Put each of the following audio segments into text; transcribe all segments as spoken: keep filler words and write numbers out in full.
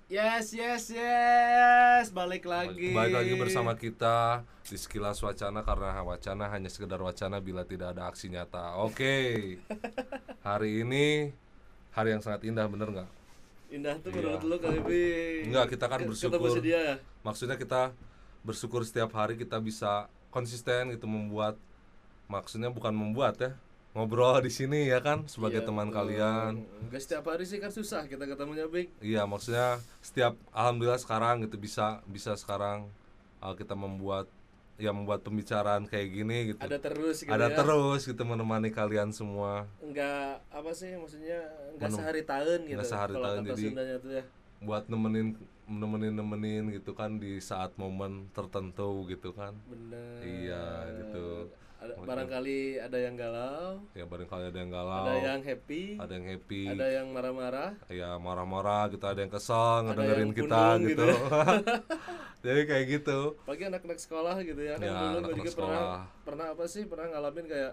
Yes, yes, yes. Balik lagi. Kembali lagi bersama kita di Sekilas Wacana, karena wacana hanya sekedar wacana bila tidak ada aksi nyata. Oke. Hari ini hari yang sangat indah, bener nggak? Indah tuh Iya. menurut lu kali Bing. Enggak, kita kan Ke- bersyukur. Ketemu si dia ya? Maksudnya kita bersyukur setiap hari kita bisa konsisten gitu membuat, maksudnya bukan membuat ya, ngobrol di sini ya kan sebagai Iya, teman betul. kalian. Enggak setiap hari sih kan susah kita ketemunya Bing. Iya, maksudnya setiap alhamdulillah sekarang gitu bisa bisa sekarang uh, kita membuat ya membuat pembicaraan kayak gini gitu. Ada terus gitu Ada ya. terus gitu menemani kalian semua. Enggak apa sih maksudnya enggak Menem- sehari tahun gitu. Nggak sehari kalau tahun, kata jadi Sundanya tuh ya. buat nemenin nemenin nemenin gitu kan di saat momen tertentu gitu kan. Bener. Iya gitu. Ada, barangkali ada yang galau, Ya barangkali ada yang galau, ada yang happy, ada yang happy, ada yang marah-marah. ya marah-marah gitu, ada yang kesel Ada ngedengerin yang kita punung gitu. gitu. Jadi kayak gitu. Pagi anak-anak sekolah gitu ya, kan Ya, dulu gue anak-anak juga sekolah. pernah pernah apa sih pernah ngalamin kayak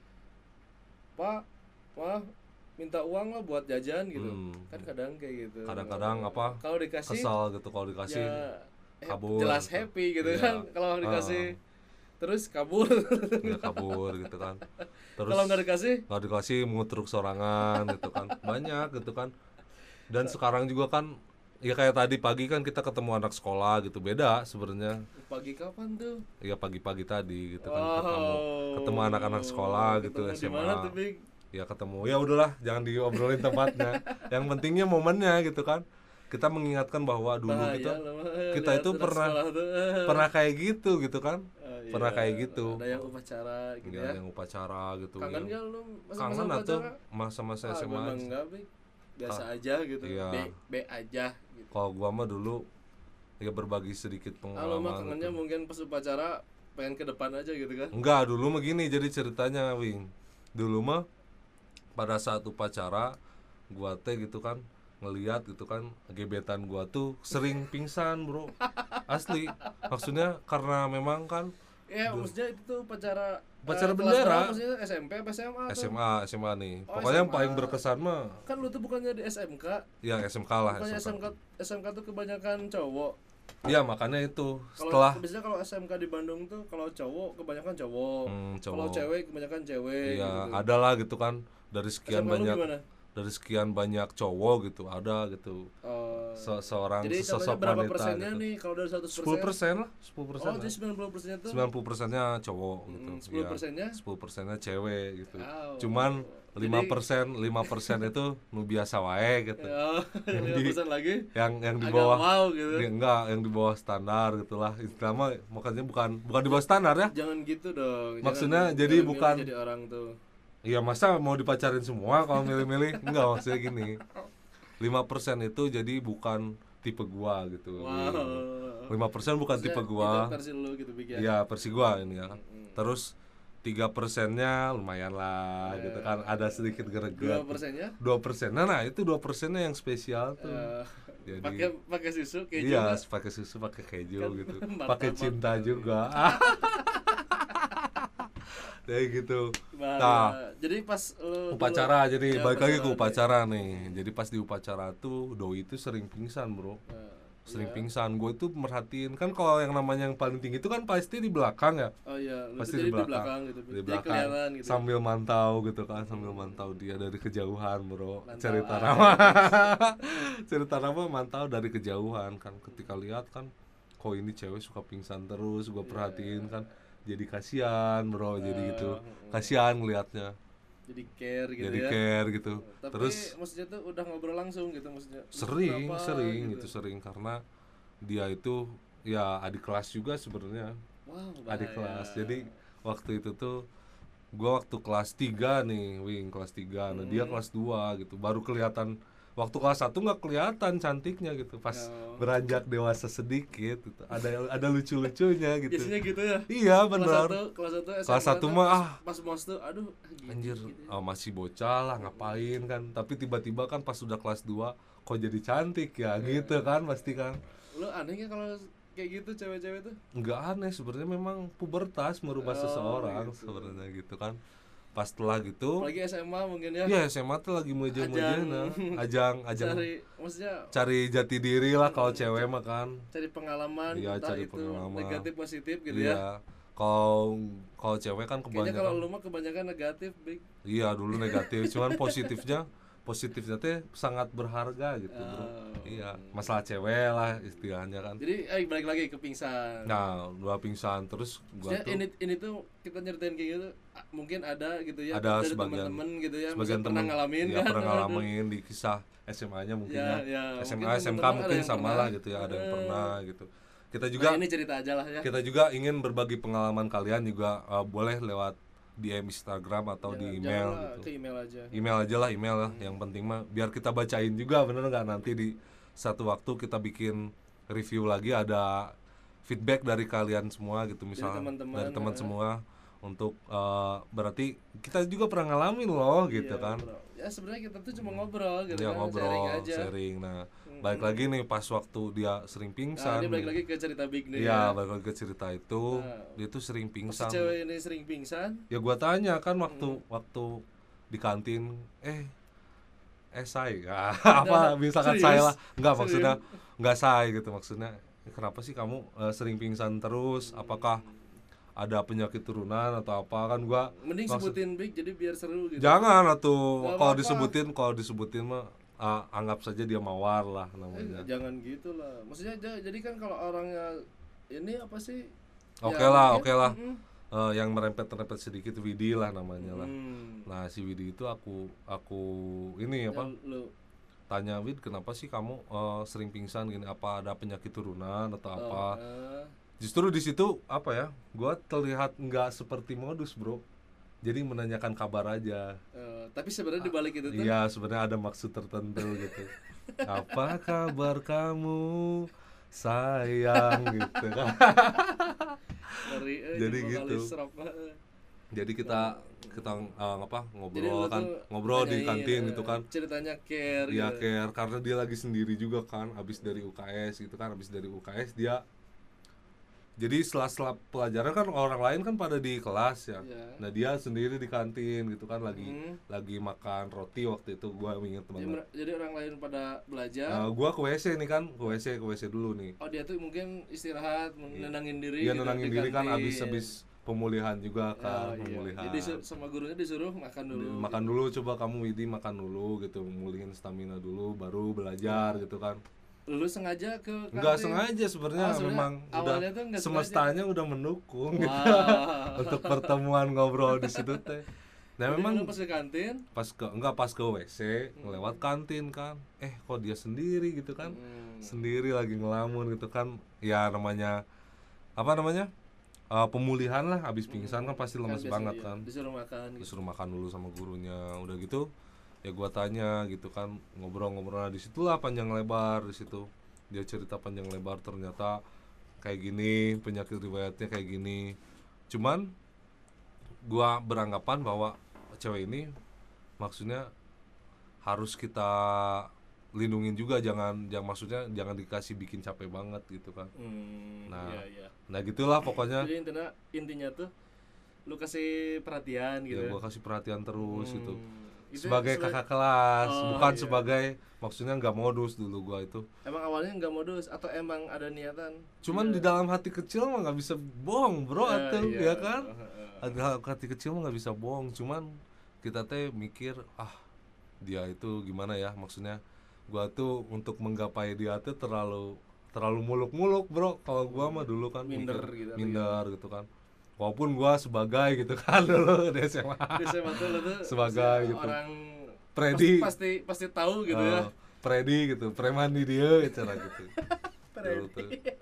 Pak, Wah minta uang lah buat jajan gitu. Hmm. Kan kadang kayak gitu. Kadang-kadang apa, Kalau dikasih kesal gitu kalau dikasih ya he- kabur jelas gitu. happy gitu Iya. kan. Kalau dikasih terus kabur. ya kabur gitu kan. Terus Kalau nggak dikasih nggak dikasih ngutruk sorangan gitu kan, banyak gitu kan. Dan sekarang juga kan ya kayak tadi pagi kan kita ketemu anak sekolah gitu, beda sebenarnya. pagi kapan tuh? Ya pagi-pagi tadi gitu kan, Wow. ketemu ketemu anak-anak sekolah gitu, Ketemu S di M mana A. tuh, Bing? Ya ketemu, ya udahlah jangan diobrolin tempatnya. Yang pentingnya momennya gitu kan. Kita mengingatkan bahwa dulu Bahaya kita loh, kita lihat itu anak pernah sekolah tuh. pernah kayak gitu gitu kan. Ah, iya. Pernah kayak gitu. Ada yang upacara gitu Ya, ya. yang upacara gitu. Kangen yang- gak lu masa-masa Kangen atuh upacara? masa-masa Ah, S M A. memang enggak, Bing. Biasa Ah, aja gitu. iya. B, B aja gitu. Kalau gua mah dulu ya berbagi sedikit Kalau mah pengalaman kangennya gitu. mungkin pas upacara pengen ke depan aja gitu kan. Enggak, dulu mah gini jadi ceritanya, Wing. Dulu mah pada saat upacara gua teh gitu kan ngelihat gitu kan gebetan gua tuh sering pingsan, Bro. Asli. Maksudnya karena memang kan Ya, maksudnya itu tuh upacara Upacara eh, kelas bendera. berapa maksudnya S M P apa S M A tuh? S M A, S M A nih. Oh, Pokoknya yang S M A. paling berkesan mah Kan lu tuh bukannya di S M K, ya S M K lah, bukannya S M K S M K. S M K tuh kebanyakan cowok. Iya, makanya itu Kalau setelah biasanya kalau S M K di Bandung tuh kalau cowok kebanyakan cowok. Hmm, Kalau cowok. cewek kebanyakan cewek Iya, gitu. ada lah gitu kan dari sekian S M K lu banyak gimana? dari sekian banyak cowok gitu, ada gitu. Oh, Se- seorang jadi contohnya sesosok berapa wanita persennya gitu. nih kalau dari seratus persen? sepuluh persen lah, sepuluh persen Oh, lah. jadi sembilan puluh persennya tuh sembilan puluh persennya cowok gitu. Hmm, sepuluh persennya? sepuluh persennya cewek gitu. Wow. Cuman lima Jadi- persen lima persen itu nu biasa wae gitu. Oh, lima persen lagi Yang yang di agak bawah wow gitu. ya, enggak, yang di bawah standar gitulah. Istilah mah makanya bukan bukan di bawah standar ya. Jangan gitu dong. Maksudnya Jangan jadi milih-milih bukan- jadi orang tuh. Iya, masa mau dipacarin semua kalau milih-milih? Enggak, maksudnya gini. lima persen itu jadi bukan tipe gua gitu. Wow. lima persen bukan Maksudnya tipe gua. Itu versi lu gitu bikin. Iya, versi gua ini ya. Terus tiga persennya lumayan lah gitu kan. Ada sedikit Dua greget. persennya dua persen. Nah, nah itu dua persennya yang spesial tuh. eh, Jadi pakai pakai susu keju iya, kan? pakai susu, pakai keju Kan gitu. martabak. Pakai cinta juga. Kayak gitu. Bahaya. Nah, Jadi pas lu upacara, dulu- jadi ya, balik lagi ke nih. upacara nih. Jadi pas di upacara tuh doi itu sering pingsan, Bro. Nah, Sering iya. pingsan. Gue tuh merhatiin kan kalau yang namanya yang paling tinggi itu kan pasti di belakang ya. Oh iya, lu Pasti jadi di belakang. gitu. Di Jadi belakang. kelihatan gitu. Sambil mantau gitu kan, sambil mantau dia dari kejauhan, Bro. Mantau Cerita aja. nama. Cerita nama mantau dari kejauhan kan. Ketika lihat kan kok ini cewek suka pingsan terus, gue perhatiin kan. Jadi kasihan, Bro. Jadi gitu. Kasihan ngelihatnya. Jadi care gitu Jadi ya. care gitu. Tapi Terus maksudnya tuh udah ngobrol langsung gitu maksudnya. sering Kenapa sering gitu. itu sering karena dia itu ya adik kelas juga sebenarnya, Wow, adik bahaya. kelas. Jadi waktu itu tuh gua waktu kelas tiga nih, Wing, kelas tiga. Nah, dia Hmm. kelas dua gitu. Baru kelihatan waktu kelas satu nggak kelihatan cantiknya gitu. Pas Oh. beranjak dewasa sedikit gitu. Ada ada lucu-lucunya gitu. Biasanya gitu ya. Iya, Kelas benar. satu, kelas satu S M K Kelas satu tuh mah, pas, ah. pas mos tuh aduh gitu, Anjir, gitu. oh, masih bocah lah ngapain kan. Tapi tiba-tiba kan pas sudah kelas dua kok jadi cantik ya gitu kan pasti kan. Lu anehnya kalau kayak gitu cewek-cewek tuh. Nggak aneh sebenarnya, memang pubertas merubah Oh, seseorang gitu. sebenarnya gitu kan. pas setelah gitu Apalagi S M A mungkin ya. ya S M A tuh lagi muja-mujana ajang ajang Cari maksudnya cari jati diri lah kalau cewek mah kan. cari pengalaman, Iya, entah cari itu pengalaman. negatif positif gitu Iya. ya. Kalau kalau cewek kan Kayaknya kebanyakan. kalau lu mah kebanyakan negatif, Big. Iya, dulu negatif, cuman positifnya positifnya teh sangat berharga gitu, Bro. Oh. Iya, masalah cewek lah istilahnya kan. Jadi eh balik lagi ke pingsan. Nah, dua pingsan terus gua Maksudnya tuh ini ini tuh kita nyeritain kayak gitu ah, mungkin ada gitu ya ada dari sebagian teman-teman gitu ya, sebagian maksudnya pernah temen, ngalamin ya, kan. pernah ngalamin di kisah S M A-nya mungkin Ya, ya, ya, S M mungkin A S M K teman-teman ada mungkin yang sama pernah. lah gitu ya, ada yang Eh. pernah gitu. Kita Nah, juga ini cerita aja lah ya. kita juga ingin berbagi pengalaman kalian juga, uh, boleh lewat D M Instagram atau Jangan- di email janganlah gitu. ke email aja. Email aja lah, email lah. Yang penting mah biar kita bacain juga, bener nggak, nanti di satu waktu kita bikin review lagi, ada feedback dari kalian semua gitu, misalnya teman-teman, dari teman ya. semua untuk uh, berarti kita juga pernah ngalamin loh gitu Iya, kan. bro. Ya sebenarnya kita tuh cuma ngobrol gitu Ya kan, ngobrol, sharing aja. sharing. Nah, balik lagi nih pas waktu dia sering Nah, pingsan. ini balik lagi ke cerita Big nih Iya, ya. balik lagi ke cerita itu. Nah, Dia tuh sering Pas si pingsan. cewek ini sering pingsan. Ya gua tanya kan waktu waktu di kantin, eh eh say ah, apa misalkan Serius? saya lah, enggak Serius? maksudnya enggak say gitu, maksudnya kenapa sih kamu uh, sering pingsan terus, apakah ada penyakit turunan atau apa, kan gua Mending maksud- sebutin Big jadi biar seru gitu. jangan atuh, Nggak kalau apa-apa. disebutin kalau disebutin mah ah, anggap saja dia mawar lah Eh, namanya. jangan gitu lah. Maksudnya ja- jadi kan kalau orangnya ini apa sih? Oke ya lah, mungkin, oke lah. mm-mm. Eh, yang merempet-rempet sedikit Widi lah namanya lah. Hmm. Nah, si Widi itu aku aku ini apa? Ya, lu Tanya, Wid, kenapa sih kamu eh, sering pingsan gini? Apa ada penyakit turunan atau oh, apa? eh, Justru di situ apa ya? Gua terlihat nggak seperti modus, bro. Jadi menanyakan kabar aja. eh, tapi sebenarnya di balik itu tuh Iya, sebenarnya ada maksud tertentu gitu. Apa kabar kamu, sayang gitu kan? ngeri, eh, Jadi vokalis gitu. rock, eh. Jadi kita kita eh, apa Jadi ngobrol lu kan, tuh ngobrol di nanyain, kantin eh, gitu kan. ceritanya care Dia gitu. care karena dia lagi sendiri juga kan, habis dari U K S gitu kan, habis dari U K S dia. Jadi setelah-setelah pelajaran kan orang lain kan pada di kelas ya. Iya. Nah, dia sendiri di kantin gitu kan, lagi Hmm. lagi makan roti waktu itu, gua inget Jadi, banget. mer- jadi orang lain pada belajar. Nah, gua ke W C nih kan, ke W C ke W C dulu nih. Oh dia tuh mungkin istirahat, menenangin diri. Dia gitu nenangin di diri kan, kantin. habis habis pemulihan juga Oh, kan, iya. pemulihan. Jadi su- sama gurunya disuruh makan dulu. Makan dulu, coba kamu Widi makan dulu gitu, mulihin stamina dulu, baru belajar gitu kan. Lu sengaja ke kantin? Nggak sengaja sebenarnya, Oh, sebenarnya memang udah awalnya tuh nggak semestanya udah mendukung gitu Wah. untuk pertemuan ngobrol di situ teh. Nah, Jadi memang lu pas ke kantin. pas ke enggak pas ke W C lewat kantin kan, eh kok dia sendiri gitu kan, Hmm. sendiri lagi ngelamun gitu kan. Ya namanya apa namanya Uh, pemulihan lah, habis pingsan kan pasti lemes Kan banget biasa, kan. iya. Disuruh makan. Gitu. Disuruh makan dulu sama gurunya, udah gitu ya gua tanya gitu kan, ngobrol-ngobrol. Nah, disitulah panjang lebar, di situ dia cerita panjang lebar, ternyata kayak gini, penyakit riwayatnya kayak gini. Cuman gua beranggapan bahwa cewek ini maksudnya harus kita lindungin juga, jangan jangan maksudnya jangan dikasih bikin capek banget gitu kan. Hmm, Nah, iya, iya. Nah gitulah pokoknya. Jadi intinya intinya tuh lu kasih perhatian gitu. Ya gua kasih perhatian terus gitu. Hmm. Itu Sebagai seba- kakak kelas, Oh, bukan iya. sebagai maksudnya nggak modus dulu gua itu. Emang awalnya nggak modus atau emang ada niatan? Cuman di dalam hati kecil mah nggak bisa bohong, bro, Ya, atuh, iya. ya kan? Heeh. Ada hati kecil mah nggak bisa bohong, cuman kita teh mikir, ah dia itu gimana ya, maksudnya gua tuh untuk menggapai dia tuh terlalu terlalu muluk-muluk, bro. Kalau gua mah dulu kan Minder mikir, gitu, minder gitu kan. Walaupun gua sebagai gitu kan dulu di S M A. Di S M A tuh lu tuh Sebagai pasti gitu. orang Predi. pasti pasti, pasti tahu gitu Eh, ya. Predi gitu, preman di dia cara gitu. Dulu tuh.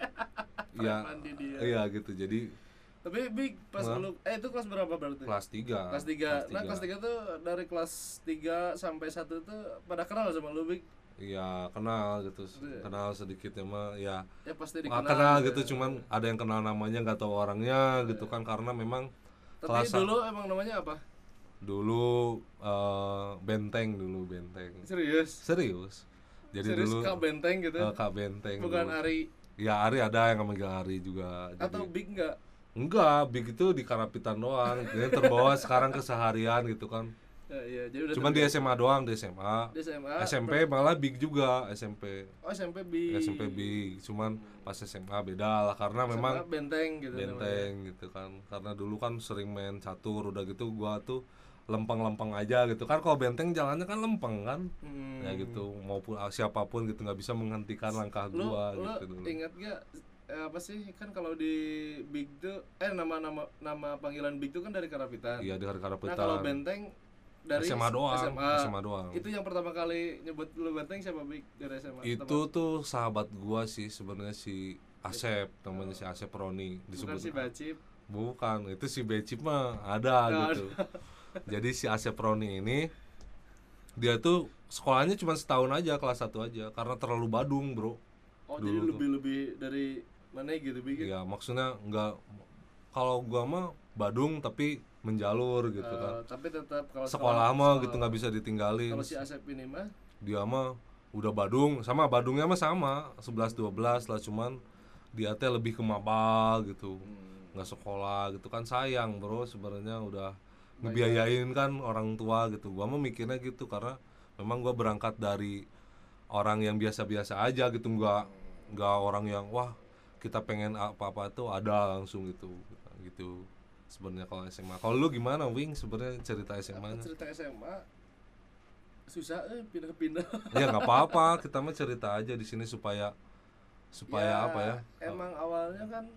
Iya, Preman di dia. iya gitu. Jadi Tapi Big pas Hah? lu eh itu kelas berapa berarti? kelas tiga. Kelas tiga. Nah, kelas tiga tuh dari kelas tiga sampai satu tuh pada kenal sama lu Big. Iya, kenal gitu. Iya. Kenal sedikit ya mah ya. Ya pasti Nggak dikenal. kenal gitu gitu, ya. cuman ada yang kenal namanya, nggak tahu orangnya gitu kan, karena memang Tapi kelas dulu emang namanya apa? dulu eh, benteng dulu benteng. Serius? Serius. Jadi Serius dulu Kak Benteng gitu. eh, Kak Benteng. Bukan dulu. Ari Ya Ari ada yang manggil Ari juga. atau Jadi Big enggak? Enggak, big itu di Karapitan doang. Dia terbawa sekarang keseharian gitu kan. Ya, iya, jadi udah Cuman di terbiasa. S M A doang, di S M A. Di S M A S M P malah big juga, S M P. Oh, S M P bi S M P big, cuman pas S M A beda lah karena memang S M A benteng gitu benteng gitu kan. Karena dulu kan sering main catur, udah gitu gua tuh lempeng-lempeng aja gitu kan. Kalau benteng jalannya kan lempeng kan. Hmm. Ya gitu, maupun siapapun gitu nggak bisa menghentikan langkah Lu, gua lu gitu dulu. ingat gak eh, apa sih kan kalau di Big tuh eh nama nama nama panggilan Big tuh kan dari Karapitan. Iya, di Nah, Karapitan. kalau benteng dari S M A doang, S M A. S M A doang. Itu yang pertama kali nyebut lu benteng siapa Big dari S M A? Itu tuh sahabat gua sih sebenarnya, si Asep, namanya si Asep Roni disebut. Bukan si Bacip. Bukan, itu si Becip mah ada Nggak gitu. Jadi si Asep Roni ini dia tuh sekolahnya cuma setahun aja, kelas satu aja karena terlalu badung, Bro. Oh, Dulu jadi tuh. lebih-lebih dari mana gitu Big? Iya, maksudnya enggak, kalau gua mah badung tapi menjalur gitu Eh, kan. tapi tetap kalau Sekolah mah gitu nggak bisa ditinggalin. Kalau si Asep ini mah Dia mah udah badung, sama badungnya mah sama sebelas dua belas lah, cuman dia teh lebih ke maba gitu. hmm, Nggak sekolah gitu kan, sayang bro sebenarnya udah ngebiayain kan orang tua gitu. Gua mah mikirnya gitu karena memang gua berangkat dari orang yang biasa-biasa aja gitu, nggak nggak orang yang wah kita pengen apa-apa tuh ada langsung gitu gitu sebenarnya kalau S M A. Kalau lu gimana Wing sebenarnya cerita S M A-nya? cerita S M A susah eh pindah-pindah. Ya nggak apa-apa, kita mah cerita aja di sini supaya supaya Ya, apa ya? emang awalnya kan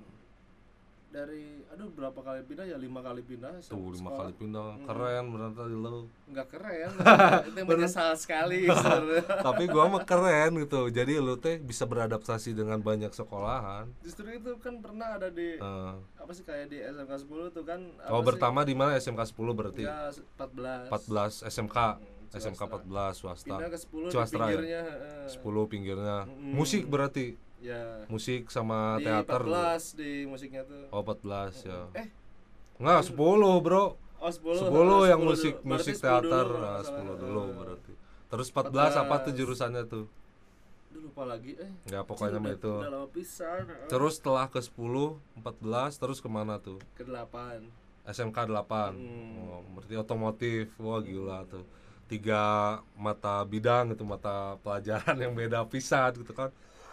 dari aduh berapa kali pindah ya lima kali pindah se- Tuh lima sekolah. kali pindah, Mm. keren berarti lu. Nggak keren itu yang menyesal sekali sebenarnya. Tapi gua mah keren gitu. Jadi lu teh bisa beradaptasi dengan banyak sekolahan. Justru itu kan pernah ada di Eh, apa sih kayak di S M K sepuluh tuh kan apa oh sih? pertama di mana? S M K sepuluh berarti. Ya, empat belas. empat belas S M K. Hmm, S M K swasta. empat belas swasta. Pindah ke sepuluh di Swasta ya? pinggirnya heeh. sepuluh pinggirnya. Mm-mm. Musik berarti. Ya. Musik sama Di teater. empat belas di musiknya tuh. Oh empat belas ya. Eh, Enggak, sepuluh bro. oh sepuluh. sepuluh yang sepuluh musik dulu. Berarti musik sepuluh teater. dulu, Nah, nggak salah. sepuluh dulu Eh, berarti. Terus empat belas apa tuh empat belas. jurusannya tuh? Aduh, lupa lagi eh. Ya pokoknya mah Udah- itu. Udah lama pisan. eh. Terus setelah ke sepuluh, empat belas terus kemana tuh? Ke delapan. S M K delapan. Hmm. Oh, berarti otomotif. Wah gila tuh. Tiga mata bidang itu, mata pelajaran yang beda pisan gitu kan.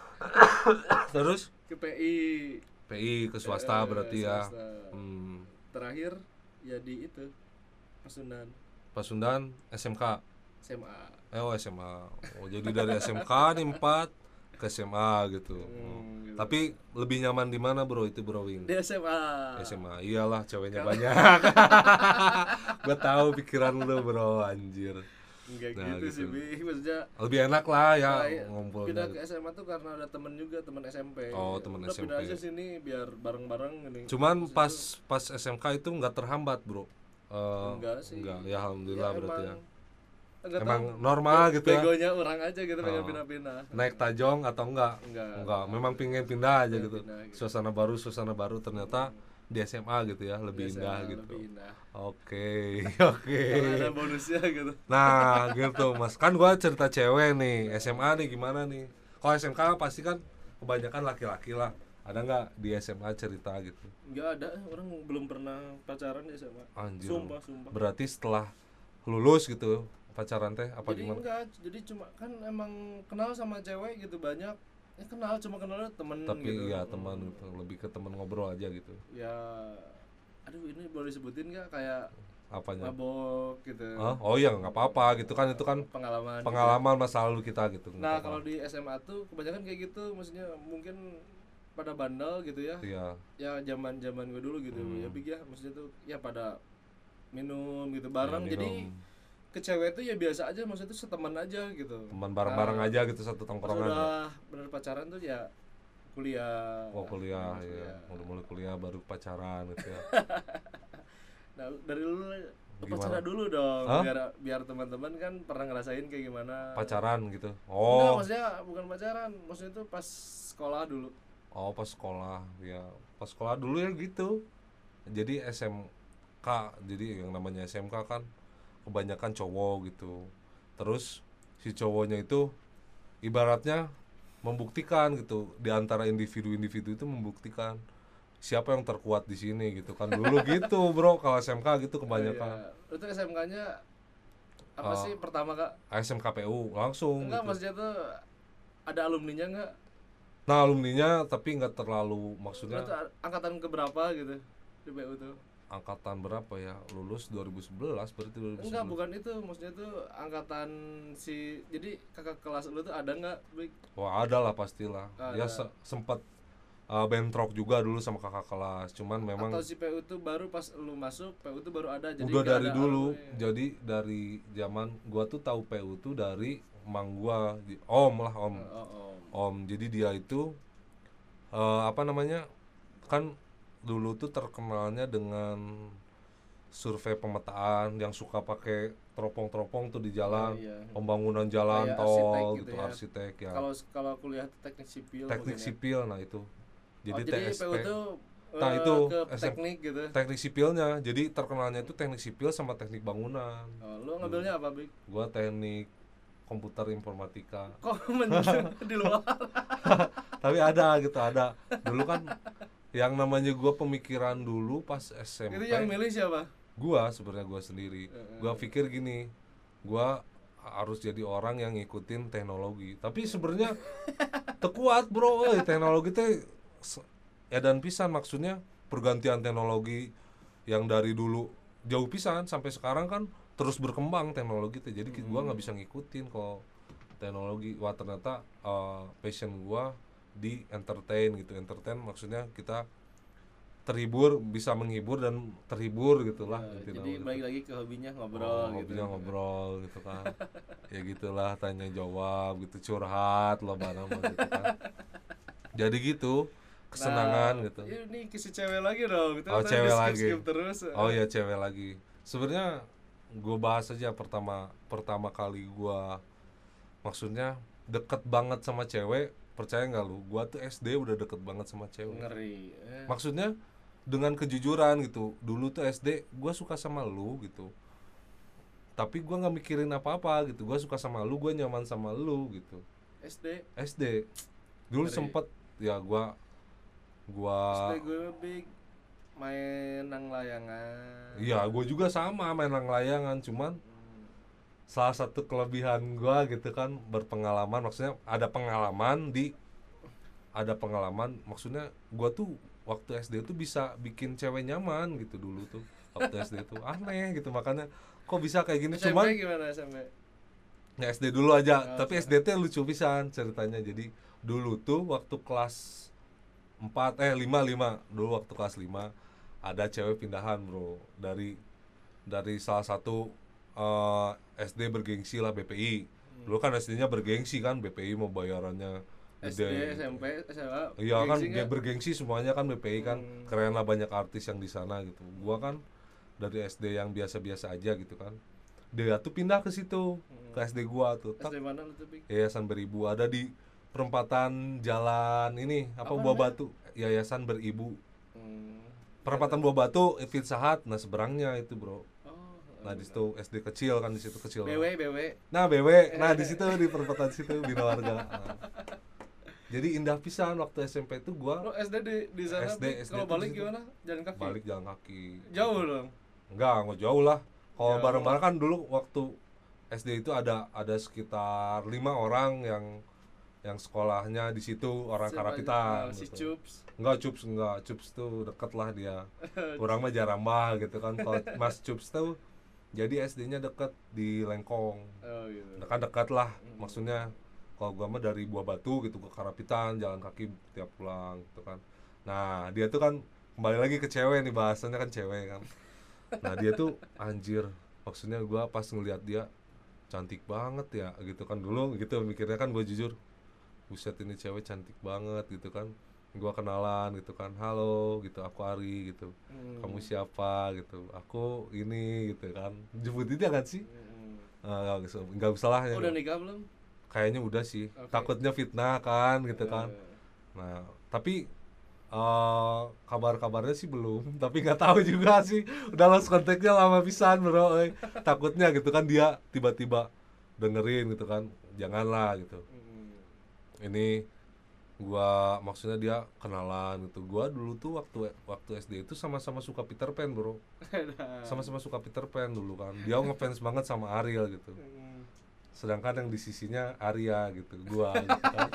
Terus Ke P I. P I ke swasta Eh, berarti ya. swasta. Hmm. Terakhir ya di itu Pasundan Pasundan S M K. S M A. Eh, oh S M A. Oh, jadi dari S M K nih empat ke S M A gitu. Oh. Hmm, gitu. Tapi lebih nyaman di mana bro itu bro Wing? Di S M A. S M A. Iyalah ceweknya Kalau- banyak. Gua tahu pikiran lu bro anjir. Enggak Nah, gitu, sih, gitu. Bi. Maksudnya Lebih enak lah ya kayak ngumpulnya. pindah ke S M A tuh karena ada temen juga, temen S M P. Oh, temen Udah S M P. pindah aja sini biar bareng-bareng gini. Cuman Terus pas itu- pas S M K itu nggak terhambat bro. Eh, Enggak sih. Enggak, ya alhamdulillah berarti ya. Enggak Emang tahu, normal be- gitu ya. Begonya orang aja gitu pengen Oh. pindah-pindah. Naik tajong atau enggak? Enggak. Enggak, memang pingin pindah aja Pengen gitu. pindah gitu. Suasana baru, suasana baru ternyata di S M A gitu ya, lebih Di S M A indah gitu. Lebih indah. Oke, oke. Karena ada bonusnya gitu. Nah, gitu Mas. Kan gua cerita cewek nih, S M A nih gimana nih? Kalau S M K pasti kan kebanyakan laki-laki lah. Ada nggak di S M A cerita gitu? Enggak ada, orang belum pernah pacaran di S M A. Anjir. Sumpah, sumpah. Berarti setelah lulus gitu pacaran teh apa jadi gimana? enggak, jadi cuma kan emang kenal sama cewek gitu banyak. Ya kenal, cuma kenalnya temen Tapi gitu. iya teman gitu, lebih ke teman ngobrol aja gitu. Ya, aduh ini boleh disebutin nggak kayak Apanya? mabok gitu. Hah? Oh iya nggak apa-apa gitu kan, itu kan Pengalaman. gitu. pengalaman masa lalu kita gitu. nggak Nah, apa-apa. kalau di S M A tuh kebanyakan kayak gitu, maksudnya mungkin pada bandel gitu ya. Iya. Ya zaman-zaman gue dulu gitu. Hmm. Ya big ya, maksudnya tuh ya pada minum gitu bareng. Ya, Jadi minum. ke cewek tuh ya biasa aja, maksudnya tuh seteman aja gitu. teman bareng-bareng Nah, aja gitu satu Pas tongkrongan. udah bener pacaran tuh ya kuliah. Oh kuliah Nah, ya, mulai-mulai kuliah baru pacaran gitu ya. Nah, dari dulu Gimana? pacaran dulu dong, Hah? biar biar teman-teman kan pernah ngerasain kayak gimana. Pacaran gitu. Enggak, Oh, maksudnya bukan pacaran, maksudnya tuh pas sekolah dulu. oh pas sekolah ya, pas sekolah dulu ya gitu. Jadi S M K, jadi yang namanya S M K kan kebanyakan cowok gitu. Terus si cowoknya itu ibaratnya membuktikan gitu di antara individu-individu itu membuktikan siapa yang terkuat di sini gitu kan dulu gitu bro. Kalau S M K gitu Oh, kebanyakan. iya. Itu S M K-nya apa Uh, sih pertama Kak? S M K P U langsung Enggak, gitu. maksudnya tuh ada alumninya enggak? Nah alumninya tapi nggak terlalu, Lu maksudnya tuh a- angkatan keberapa gitu di P U tuh? angkatan berapa ya, lulus dua ribu sebelas berarti dua ribu Enggak, sebelas. bukan itu. Maksudnya tuh angkatan si, jadi kakak kelas lu tuh ada enggak? Big? Wah ada lah pastilah. Ada. Ya se- sempat uh, bentrok juga dulu sama kakak kelas. Cuman memang Atau si P U tuh baru pas lu masuk, P U tuh baru ada, jadi udah nggak dari ada dulu. alumni. Jadi dari zaman gua tuh tahu P U tuh dari emang gua, di- om lah om. Oh, oh, oh. Om. Jadi dia itu uh, apa namanya? Kan dulu tuh terkenalnya dengan survei pemetaan yang suka pakai teropong-teropong tuh di jalan, Iya, iya. pembangunan jalan Kayak tol arsitek gitu, gitu ya. arsitek ya. Kalau kalau kuliah tuh teknik sipil Teknik mungkin ya. sipil, nah itu. Jadi, Oh, jadi T S P. P U tuh Nah, eh, itu ke S M teknik gitu. Teknik sipilnya. Jadi terkenalnya itu teknik sipil sama teknik bangunan. Oh, lu ngambilnya apa, Big? Gua teknik komputer informatika. Kok men- di luar? Tapi ada gitu, ada. Dulu kan yang namanya gua pemikiran dulu pas S M P. Itu yang milih siapa? Gua sebenarnya gua sendiri. Gua pikir gini, gua harus jadi orang yang ngikutin teknologi. Tapi sebenarnya tekuat, bro. Eh, teknologi teh se- edan pisan, maksudnya pergantian teknologi yang dari dulu jauh pisan sampai sekarang kan terus berkembang teknologi teh. Jadi gua nggak bisa ngikutin kok teknologi. Wah, ternyata uh, passion gua di entertain gitu. Entertain maksudnya kita terhibur, bisa menghibur dan terhibur gitulah. Ya, gitu jadi namanya. balik lagi ke hobinya ngobrol Oh, gitu. hobinya ngobrol gitu kan. Ya gitulah, tanya jawab gitu, curhat loh barang gitu kan. Jadi gitu, kesenangan Nah, gitu. ini ke si cewek lagi dong. Itu Oh, tadi cewek di skip- lagi. skip terus. Oh ya, cewek lagi. Sebenarnya gue bahas aja pertama pertama kali gue, maksudnya deket banget sama cewek. Percaya nggak lu? Gue tuh S D udah deket banget sama cewek. Ngeri. Eh. Maksudnya dengan kejujuran gitu. Dulu tuh S D gue suka sama lu gitu, tapi gue nggak mikirin apa-apa gitu. Gue suka sama lu, gue nyaman sama lu gitu. S D. S D dulu Ngeri. sempet ya gue gue S D gue Big main nang layangan. iya gue juga sama main layangan. Cuman salah satu kelebihan gue gitu kan, berpengalaman, maksudnya ada pengalaman di ada pengalaman maksudnya gue tuh waktu S D tuh bisa bikin cewek nyaman gitu dulu tuh. Waktu S D tuh aneh gitu, makanya kok bisa kayak gini. S M P Cuman gimana S M P? ya S D dulu aja, Oh, tapi S D tuh lucu pisan ceritanya. Jadi dulu tuh waktu kelas empat eh lima lima dulu waktu kelas lima ada cewek pindahan, bro, dari dari salah satu uh, S D bergengsi lah, B P I. Dulu kan S D-nya bergengsi kan, B P I mau bayarannya S D, gede. S M P, S M A. Iya kan, gengsi dia nggak? bergengsi semuanya kan, B P I kan Hmm. keren lah, banyak artis yang di sana gitu. Gua kan dari S D yang biasa-biasa aja gitu kan. Dia tuh pindah ke situ, ke S D gua tuh. Tak, S D mana lu tuh, Big? Yayasan Beribu ada di perempatan jalan ini apa, Apa Buah namanya? Batu, Yayasan Beribu. Hmm. Perempatan Buah Batu, Pizza Hut, nah seberangnya itu, bro. Oh. Nah di situ S D kecil kan, di situ kecil. B W B W. Nah B W, nah di situ di perempatan situ Bina Warga. Nah. Jadi indah pisan waktu S M P itu gua Lu S D di di sana, S D Big? S D Kalau tuh balik di situ. gimana? Jalan kaki. balik jalan kaki. Jauh dong. Enggak, enggak jauh lah. Kalau Jauh. bareng-bareng kan dulu waktu S D itu ada ada sekitar lima orang yang yang sekolahnya di situ, orang Siapa aja? Karapitan. Ah, si gitu. Cups. Enggak, Cups enggak. Cups tuh deket lah dia. Kurang mah Jarambah gitu kan. Kalau Mas Cups tuh jadi S D-nya deket di Lengkong. Oh gitu. Nah, kan dekat lah. Maksudnya kalau gua mah dari Buah Batu gitu ke Karapitan, jalan kaki tiap pulang gitu kan. Nah, dia tuh kan kembali lagi ke cewek nih, bahasannya kan cewek kan. Nah, dia tuh anjir. Maksudnya gua pas ngeliat dia cantik banget ya gitu kan, dulu gitu mikirnya kan, gua jujur. Buset, ini cewek cantik banget gitu kan. Gua kenalan gitu kan, halo gitu, aku Ari gitu, Hmm. kamu siapa gitu, aku ini gitu kan, jemputnya kan sih. Hmm. Uh, nggak usah, nggak usah lah ya. Udah nikah belum? Kayaknya udah sih. Oke. Takutnya fitnah kan gitu kan. Eh, Nah tapi uh, kabar-kabarnya sih belum. Tapi nggak tahu juga sih, udah lost kontaknya lama pisan, bro. Eh. Takutnya gitu kan dia tiba-tiba dengerin gitu kan, janganlah gitu. hmm. Ini Gua maksudnya dia kenalan gitu. Gua dulu tuh waktu waktu S D itu sama-sama suka Peter Pan, Bro. Sama-sama suka Peter Pan dulu kan. Dia ngefans banget sama Ariel gitu. Hmm. Sedangkan yang di sisinya Arya gitu. Gua gitu kan.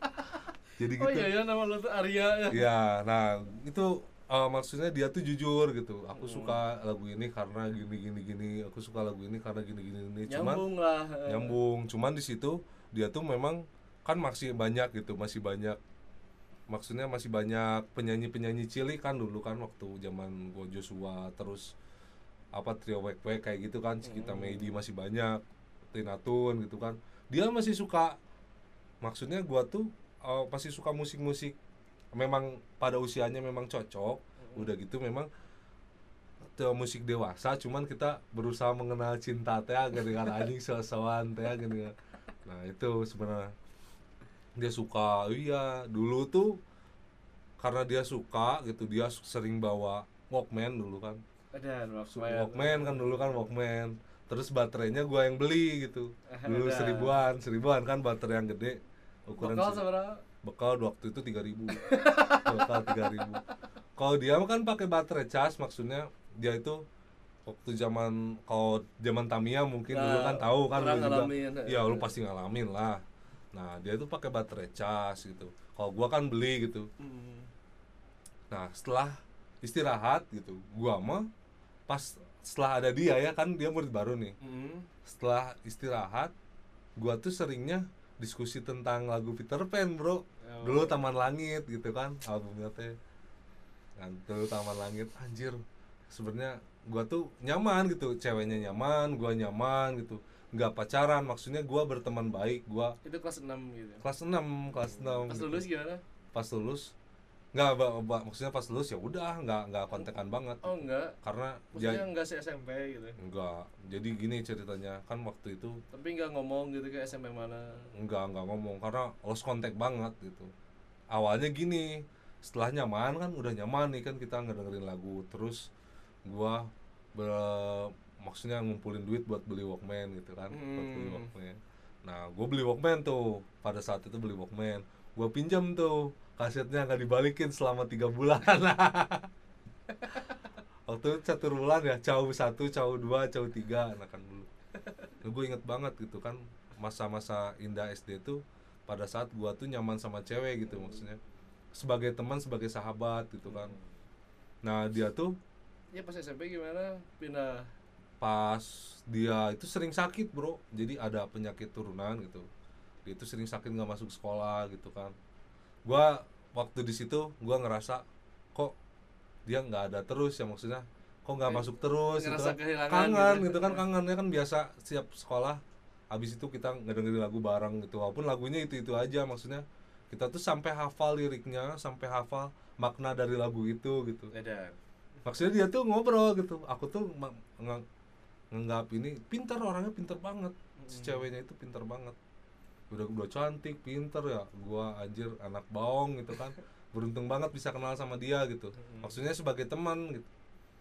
Jadi Oh gitu. iya ya, nama lo tuh Arya ya. Ya, nah itu uh, maksudnya dia tuh jujur gitu. Aku Hmm. suka lagu ini karena gini gini gini. Aku suka lagu ini karena gini gini gini. Cuman Nyambung lah. nyambung. Cuman di situ dia tuh memang kan masih banyak gitu, masih banyak. Maksudnya masih banyak penyanyi-penyanyi cilik kan dulu kan waktu zaman gua Joshua, terus apa trio Wek Wek kayak gitu kan, Cikita Hmm. Meidi masih banyak, Tina Tun gitu kan. Dia masih suka, maksudnya gua tuh uh, masih suka musik-musik, memang pada usianya memang cocok. Udah gitu memang tuh musik dewasa, cuman kita berusaha mengenal cinta teh dengan anjing so-soan teh gini. Nah itu sebenarnya dia suka. Iya dulu tuh karena dia suka gitu, dia sering bawa Walkman dulu kan. Ada Su- Walkman. Walkman kan dulu kan Walkman, terus baterainya gua yang beli gitu dulu. Ada. seribuan seribuan kan baterai yang gede ukuran Bekal se- seberapa? bekal waktu itu tiga ribu. Bekal tiga ribu. Kalau dia mah kan pakai baterai cas, maksudnya dia itu waktu zaman, kalau zaman Tamiya mungkin Nah, dulu kan tahu kan pernah lu juga. ngalamin. Iya lu pasti ngalamin lah. Nah dia itu pakai baterai cas gitu. Kalau gua kan beli gitu. Hmm. Nah setelah istirahat gitu, gua mah pas setelah ada dia ya kan, dia murid baru nih. Hmm. Setelah istirahat, gua tuh seringnya diskusi tentang lagu Peter Pan, bro. Oh. Dulu Taman Langit gitu kan albumnya teh. Kan dulu Taman Langit, anjir. Sebenarnya gua tuh nyaman gitu, ceweknya nyaman, gua nyaman gitu. Nggak pacaran, maksudnya gua berteman baik. Gua Itu kelas enam gitu. kelas enam, kelas enam Pas gitu. lulus gimana? Pas lulus nggak ba- ba- maksudnya pas lulus ya udah nggak nggak kontekan banget. Oh enggak. Karena Maksudnya dia enggak se S M P gitu. enggak. Jadi gini ceritanya, kan waktu itu Tapi enggak ngomong gitu ke S M P mana. enggak enggak ngomong karena lost contact banget gitu. Awalnya gini, setelah nyaman kan, udah nyaman nih kan, kita ngedengerin lagu, terus gua be- maksudnya ngumpulin duit buat beli Walkman gitu kan. Buat beli Hmm. Walkman. Nah gua beli Walkman tuh, pada saat itu beli Walkman, gua pinjam tuh kasetnya, nggak dibalikin selama tiga bulan. Waktu itu catur bulan ya, caw satu, caw dua, caw tiga, nah kan dulu. Gue inget banget gitu kan, masa-masa indah S D tuh pada saat gua tuh nyaman sama cewek gitu, maksudnya sebagai teman, sebagai sahabat gitu kan. Nah dia tuh Ya pas S M P gimana? Pindah. pas dia itu sering sakit, bro. Jadi ada penyakit turunan gitu. Dia itu sering sakit, nggak masuk sekolah gitu kan. Gua waktu di situ gua ngerasa kok dia nggak ada terus ya, maksudnya kok nggak Kayak masuk terus gitu ngerasa kan. kehilangan Kangen gitu. gitu kan, kangennya kan biasa siap sekolah. Habis itu kita ngedengerin lagu bareng gitu, walaupun lagunya itu-itu aja, maksudnya kita tuh sampai hafal liriknya, sampai hafal makna dari lagu itu gitu. Ada. Maksudnya dia tuh ngobrol gitu, aku tuh ma- ngang- nganggap ini pintar, orangnya pintar banget, si Hmm. ceweknya itu pintar banget, udah udah cantik, pintar ya, gua anjir anak baong gitu kan, beruntung banget bisa kenal sama dia gitu, Hmm. maksudnya sebagai teman gitu.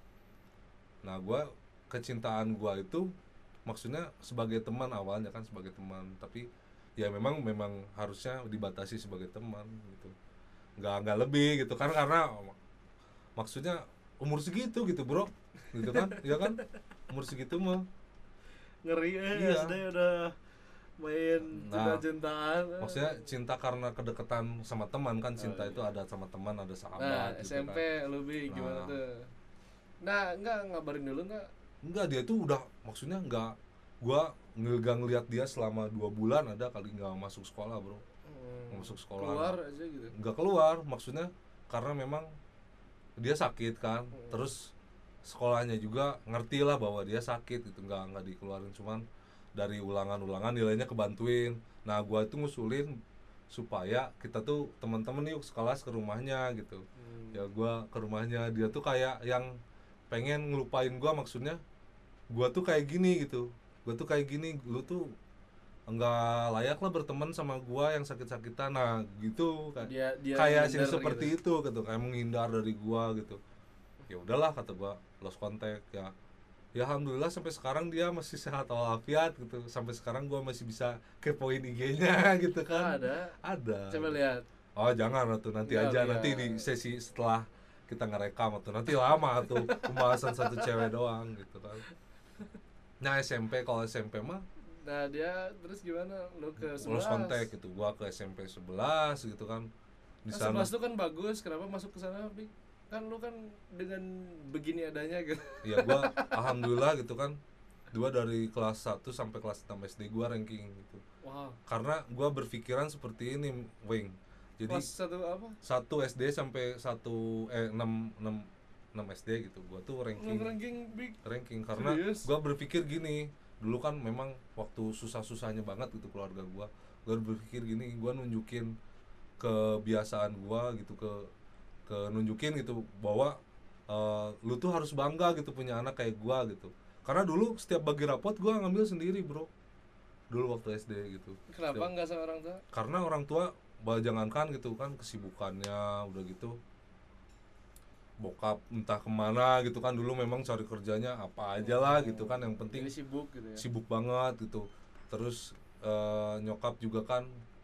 Nah gua, kecintaan gua itu maksudnya sebagai teman awalnya kan, sebagai teman, tapi ya memang memang harusnya dibatasi sebagai teman gitu, nggak nggak lebih gitu kan, karena maksudnya umur segitu gitu, bro, gitu kan, ya kan, umur segitu mah. Ngeri eh Iya. S D udah main Nah, cinta-cintaan. maksudnya cinta karena kedekatan sama teman kan, cinta Oh, iya. itu ada sama teman, ada Nah, sahabat gitu S M P kan. lebih gimana Nah. tuh? Nah, enggak ngabarin dulu enggak? Enggak, dia tuh udah, maksudnya enggak, gua nggak ngeliat dia selama dua bulan ada kali, nggak masuk sekolah, bro. Hmm. Masuk sekolah. Keluar aja gitu. Nggak keluar, maksudnya karena memang dia sakit kan. Hmm. Terus sekolahnya juga ngerti lah bahwa dia sakit gitu, nggak nggak dikeluarin, cuman dari ulangan-ulangan nilainya kebantuin. Nah gua itu ngusulin supaya kita tuh teman-teman yuk sekelas ke rumahnya gitu. Hmm. Ya gua ke rumahnya, dia tuh kayak yang pengen ngelupain gua, maksudnya gua tuh kayak gini gitu, gua tuh kayak gini, lu tuh enggak layak lah berteman sama gua yang sakit-sakitan. Nah gitu kayak Dia dia kayak sih minder seperti gitu. itu gitu, kayak menghindar dari gua gitu. Ya udahlah kata gua, lost contact ya. Ya alhamdulillah sampai sekarang dia masih sehat walafiat gitu. Sampai sekarang gua masih bisa kepoin I G-nya gitu Ah, kan. ada. Ada. Coba lihat. Oh jangan tuh, nanti Enggak, aja iya. nanti di sesi setelah kita ngerekam tuh, nanti lama tuh pembahasan satu cewek doang gitu kan. Nah S M P, kalau S M P mah Nah dia terus gimana? Lu ke lost sebelas. kontak gitu, gua ke S M P sebelas gitu kan. Di Nah, sana sebelas tuh kan bagus, kenapa masuk ke sana, Bik? Kan lu kan dengan begini adanya gitu. ya gua alhamdulillah gitu kan, dua dari kelas satu sampai kelas enam S D gua ranking gitu. Wow. Karena gua berpikiran seperti ini, Wing. Jadi Kelas satu apa? satu S D sampai satu eh enam enam enam S D gitu. Gua tuh ranking Lu ranking Bik. ranking karena Serius? gua berpikir gini, dulu kan memang waktu susah-susahnya banget gitu keluarga gua. Gua berpikir gini, gua nunjukin kebiasaan gua gitu, ke ke nunjukin gitu bahwa uh, lu tuh harus bangga gitu punya anak kayak gua gitu. Karena dulu setiap bagi rapot gua ngambil sendiri, Bro. Dulu waktu S D gitu. Kenapa Setiap- nggak sama orang tua? karena orang tua bah, jangankan gitu kan kesibukannya udah gitu, bokap entah kemana gitu kan, dulu memang cari kerjanya apa aja lah gitu kan, yang penting Jadi sibuk gitu ya. sibuk banget gitu. Terus eh, nyokap juga kan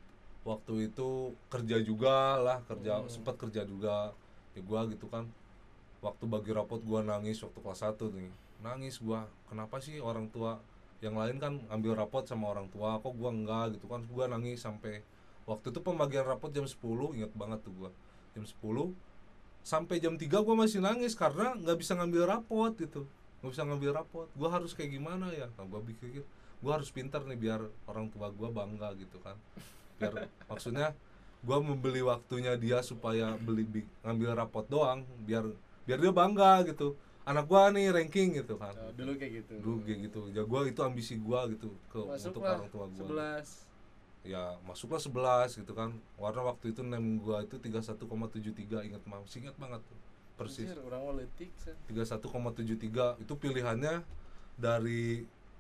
waktu itu kerja juga lah, kerja Hmm. sempat kerja juga ya gua gitu kan. Waktu bagi rapot gua nangis waktu kelas satu nih, nangis gua, kenapa sih orang tua yang lain kan ambil rapot sama orang tua, kok gua enggak gitu kan. Gua nangis sampai waktu itu pembagian rapot jam sepuluh, ingat banget tuh gua, jam sepuluh sampai jam tiga gua masih nangis karena nggak bisa ngambil rapot gitu, nggak bisa ngambil rapot. Gua harus kayak gimana ya? Nah, gua pikir gua harus pintar nih biar orang tua gua bangga gitu kan, biar maksudnya gua membeli waktunya dia supaya beli bi- ngambil rapot doang, biar biar dia bangga gitu, anak gua nih ranking gitu kan. Oh, dulu kayak gitu. Dulu kayak gitu ya, gua itu ambisi gua gitu ke untuk Masuklah orang tua gua. sebelas. Ya masuklah sebelas gitu kan, warna waktu itu nem gua itu tiga puluh satu koma tujuh tiga, ingat masih ingat banget tuh persis. Anjir, orang politik san. tiga puluh satu koma tujuh tiga itu pilihannya dari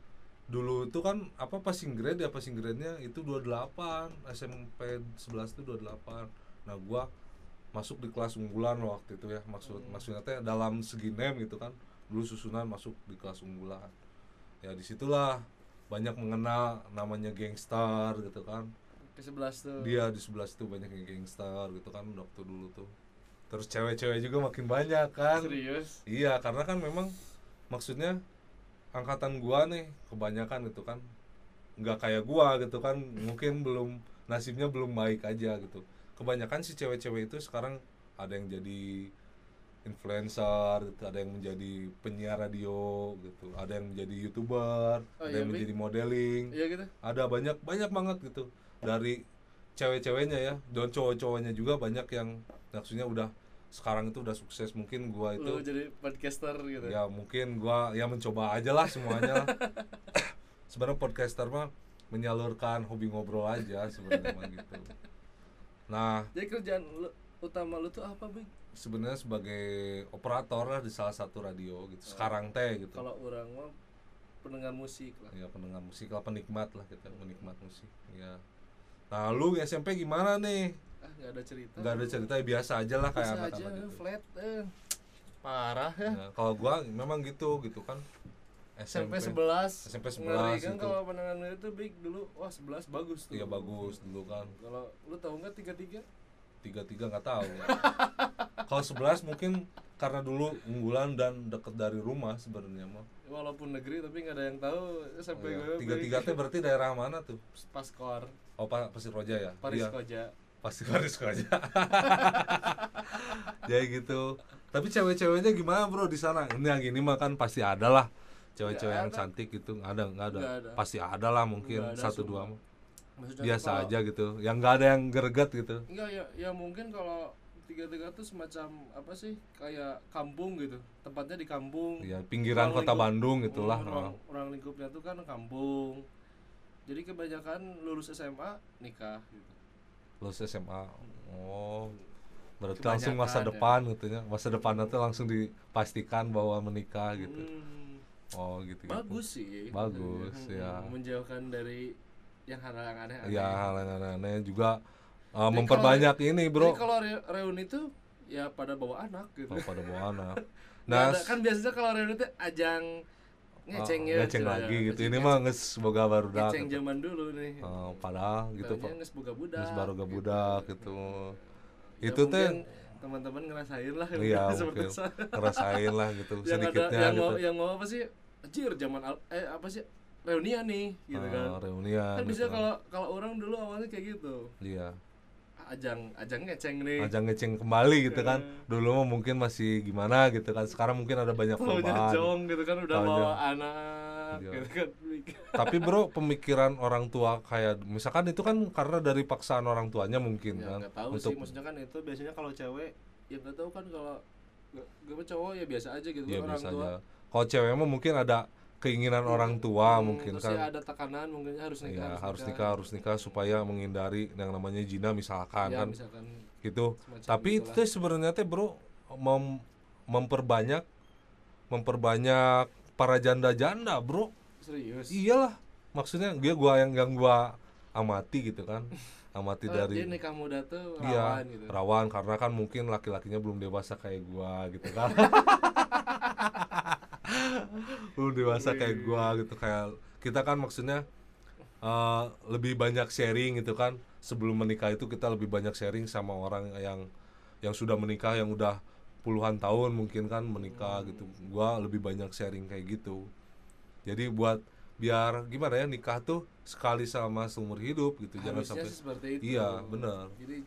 dulu itu kan apa, passing grade ya, passing grade-nya itu dua puluh delapan, S M P sebelas itu dua puluh delapan. Nah gua masuk di kelas unggulan waktu itu ya, maksud Hmm. maksudnya teh dalam segi nem gitu kan, dulu susunan masuk di kelas unggulan. Ya disitulah banyak mengenal namanya gangster gitu kan. Ke sebelas tuh. Dia di sebelah situ banyak yang gangster gitu kan waktu dulu tuh. Terus cewek-cewek juga makin banyak kan. Serius? Iya, karena kan memang maksudnya angkatan gua nih kebanyakan gitu kan nggak kayak gua gitu kan, mungkin belum, nasibnya belum baik aja gitu. Kebanyakan si cewek-cewek itu sekarang ada yang jadi influencer gitu, ada yang menjadi penyiar radio gitu, ada yang menjadi YouTuber, Oh, ada iya, yang Bik? menjadi modeling. Iya gitu. Ada banyak banyak banget gitu, dari cewek-ceweknya ya, dan cowok-cowoknya juga banyak yang maksudnya udah sekarang itu udah sukses. Mungkin gua itu Lu jadi podcaster gitu. ya mungkin gua ya mencoba aja lah semuanya lah. Sebenarnya podcaster mah menyalurkan hobi ngobrol aja sebenarnya mah gitu. Nah Jadi kerjaan lu, utama lu tuh apa, Bik? sebenarnya sebagai operator lah di salah satu radio gitu sekarang teh gitu. Kalau orang mah pendengar musik lah. Ya pendengar musik lah, penikmat lah kita, penikmat musik ya. Nah lu S M P gimana nih? Ah, nggak ada cerita. Nggak ada cerita, biasa aja lah kayak Biasa aja, anak-anak gitu. flat eh. Parah ya. Nah, kalau gua memang gitu gitu kan. S M P sebelas. S M P sebelas Ngeri kan itu. kalau pandangan lu itu Big dulu, wah sebelas bagus tuh. Iya bagus dulu kan. Kalau lu tahu nggak tiga tiga? Tiga tiga nggak tahu. Kalau sebelas mungkin karena dulu unggulan dan deket dari rumah sebenarnya mah. Walaupun negeri tapi nggak ada yang tahu S M P gue. Tiga tiga teh berarti daerah mana tuh? Paskor, Oh pa, Pasir Koja ya. Paris Iya, Koja. pasti Paris Koja. Ya gitu. Tapi cewek-ceweknya gimana bro di sana? Ini yang gini mah kan pasti ada lah. Cewek-cewek Nggak yang ada. cantik gitu, nggak ada, nggak ada. Nggak ada. Pasti ada lah mungkin Nggak ada satu semua. dua mah. Maksudnya Biasa kalau- aja gitu. Yang nggak ada yang greget gitu. Enggak ya, ya mungkin kalau tiga tiga tuh semacam apa sih? Kayak kampung gitu. Tempatnya di kampung. Ya pinggiran Ruang kota lingkup- Bandung gitulah. Hmm, ruang, ruang lingkupnya tuh kan kampung. Jadi kebanyakan lulus S M A nikah gitu. Lulus S M A. Oh. Berarti Kebanyakan langsung masa ya. depan gitu ya. Masa depannya tuh langsung dipastikan bahwa menikah gitu. Hmm, Oh gitu. bagus sih. Bagus, Hmm, ya. Menjauhkan dari yang hal-hal yang aneh-aneh. Ya hal yang aneh-aneh juga uh, Jadi memperbanyak ini bro. Jadi kalau re- reuni tuh ya pada bawa anak gitu. Oh, pada bawa anak. Nggak Nah, ada- kan biasanya kalau reuni tuh ajang ngeceng Oh, ya ngeceng istilahnya. lagi gitu. Ngeceng- Ini mah geus boga barudak. ngeceng Gitu. zaman dulu nih. Oh, padahal gitu Taunya Pak. geus boga budak. Geus baru budak gitu. Ya Itu teh mungkin teman-teman ngerasain lah iya seperti mungkin saya. ngerasain lah gitu Yang ada sedikitnya yang gitu. mau yang mau apa sih? Anjir zaman al- eh apa sih? Reunian nih gitu kan. Ah, reunian Kan gitu bisa kan. kalau kalau orang dulu awalnya kayak gitu. Iya. Ajang ajang ngeceng nih. Ajang ngeceng kembali gitu kan. Dulu mah mungkin masih gimana gitu kan. Sekarang mungkin ada banyak Taunya perubahan. jong gitu kan udah Taunya. bawa anak Iya. gitu kan. Tapi bro, pemikiran orang tua kayak misalkan itu kan karena dari paksaan orang tuanya mungkin Ya kan. nggak tahu sih, maksudnya kan itu biasanya kalau cewek ya nggak tahu kan, kalau gue cowok ya biasa aja gitu ya kan orang biasa tua. aja. Kalau cewek mah mungkin ada keinginan orang tua Hmm, mungkin terus kan. ya ada tekanan mungkin harus nikah, Ya, harus nikah, harus nikah supaya menghindari yang namanya zina misalkan Ya, kan. misalkan Gitu. semacam Tapi itu gitulah. teh sebenarnya teh bro mem- memperbanyak memperbanyak para janda-janda bro. serius. Iyalah, maksudnya dia gua yang yang gua amati gitu kan. Amati Oh, dari dia nikah muda tuh iya, rawan gitu. rawan karena kan mungkin laki-lakinya belum dewasa kayak gua gitu kan. Belum dewasa kayak gua gitu, kayak kita kan maksudnya eh, lebih banyak sharing gitu kan. Sebelum menikah itu kita lebih banyak sharing sama orang yang yang sudah menikah, yang udah puluhan tahun mungkin kan menikah gitu. Gua lebih banyak sharing kayak gitu. Jadi buat biar gimana ya, nikah tuh sekali sama seumur hidup gitu. Jangan Harusnya sampai sih seperti itu. iya, benar. Jadi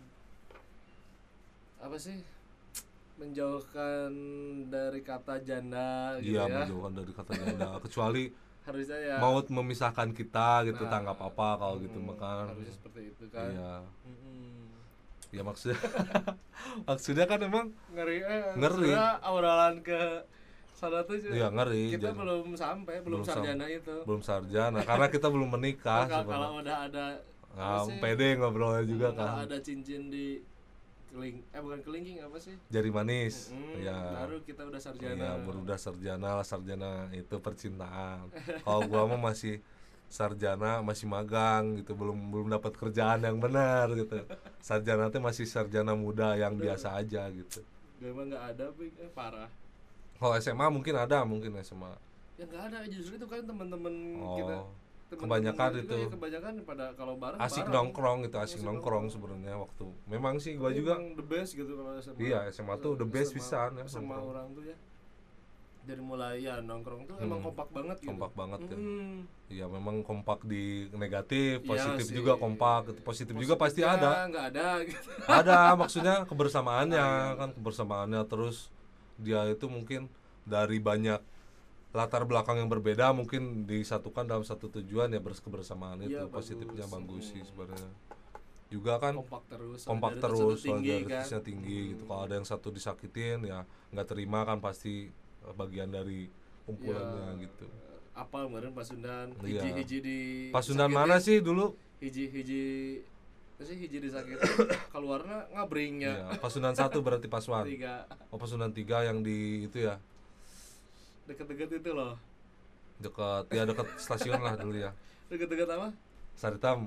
apa sih, menjauhkan dari kata janda gitu Iya, ya. menjauhkan dari kata janda. Kecuali Harusnya ya. maut memisahkan kita gitu, Nah, tak nggak apa-apa kalau gitu mm, makan. harusnya seperti itu kan. Iya. Mm-mm. Ya maksudnya maksudnya kan emang Ngeri eh, Ngeri. sebenarnya auralan ke sana tuh sih, iya ngeri. kita jadi belum sampai, belum, belum sam- sarjana itu. belum sarjana karena kita belum menikah Kalau kalau sebenarnya. udah ada Nah, apa sih? pede ngobrolnya juga Kalau kan. ada cincin di keling eh bukan kelingking apa sih? Jari manis. Mm, Ya. Baru kita udah sarjana. Iya, baru udah sarjana, sarjana itu percintaan. Kalau gua mah masih sarjana, masih magang gitu, belum belum dapat kerjaan yang benar gitu. Sarjana tuh masih sarjana muda yang biasa aja gitu. Gue emang nggak ada, Pik. eh parah. Kalau S M A mungkin ada, mungkin S M A. Ya nggak ada, justru itu kan teman-teman Oh, kita. teman-teman kebanyakan kita itu. ya, kebanyakan pada kalau bareng Asik bareng. nongkrong gitu, asik Asik nongkrong nongkrong. sebenarnya waktu. Memang sih gua Tapi juga emang the best gitu kalau S M A. Iya, S M A tuh the best S M A pisan ya, S M A nongkrong. orang tuh ya. Dari mulai ya nongkrong tuh emang Hmm, kompak banget gitu. kompak banget ya. Mm. Iya, memang kompak di negatif, Iya positif sih. juga kompak gitu. Positif juga pasti ada. Nggak ada gitu. Ada maksudnya kebersamaannya Ah, iya. kan, kebersamaannya. Terus dia itu mungkin dari banyak latar belakang yang berbeda mungkin disatukan dalam satu tujuan ya, bers- kebersamaan itu. Iya, Positifnya bagus. bagus sih Hmm. sebenarnya. Juga kan Kompak terus. kompak solidaritas terus, itu tinggi kan. solidaritasnya tinggi gitu. Kalau ada yang satu disakitin ya nggak terima kan, pasti eh, bagian dari kumpulannya Ya, gitu. Apa kemarin Pasundan, Iya. hiji-hiji di Pasundan disakitin, mana sih dulu? hiji-hiji apa sih hiji disakitin keluarnya ngabringnya. Iya, Pasundan satu berarti Pasuan. Tiga Oh, Pasundan tiga yang di itu ya, deket-deket itu loh. dekat ya dekat stasiun lah dulu ya. Deket-deket apa? Saritem.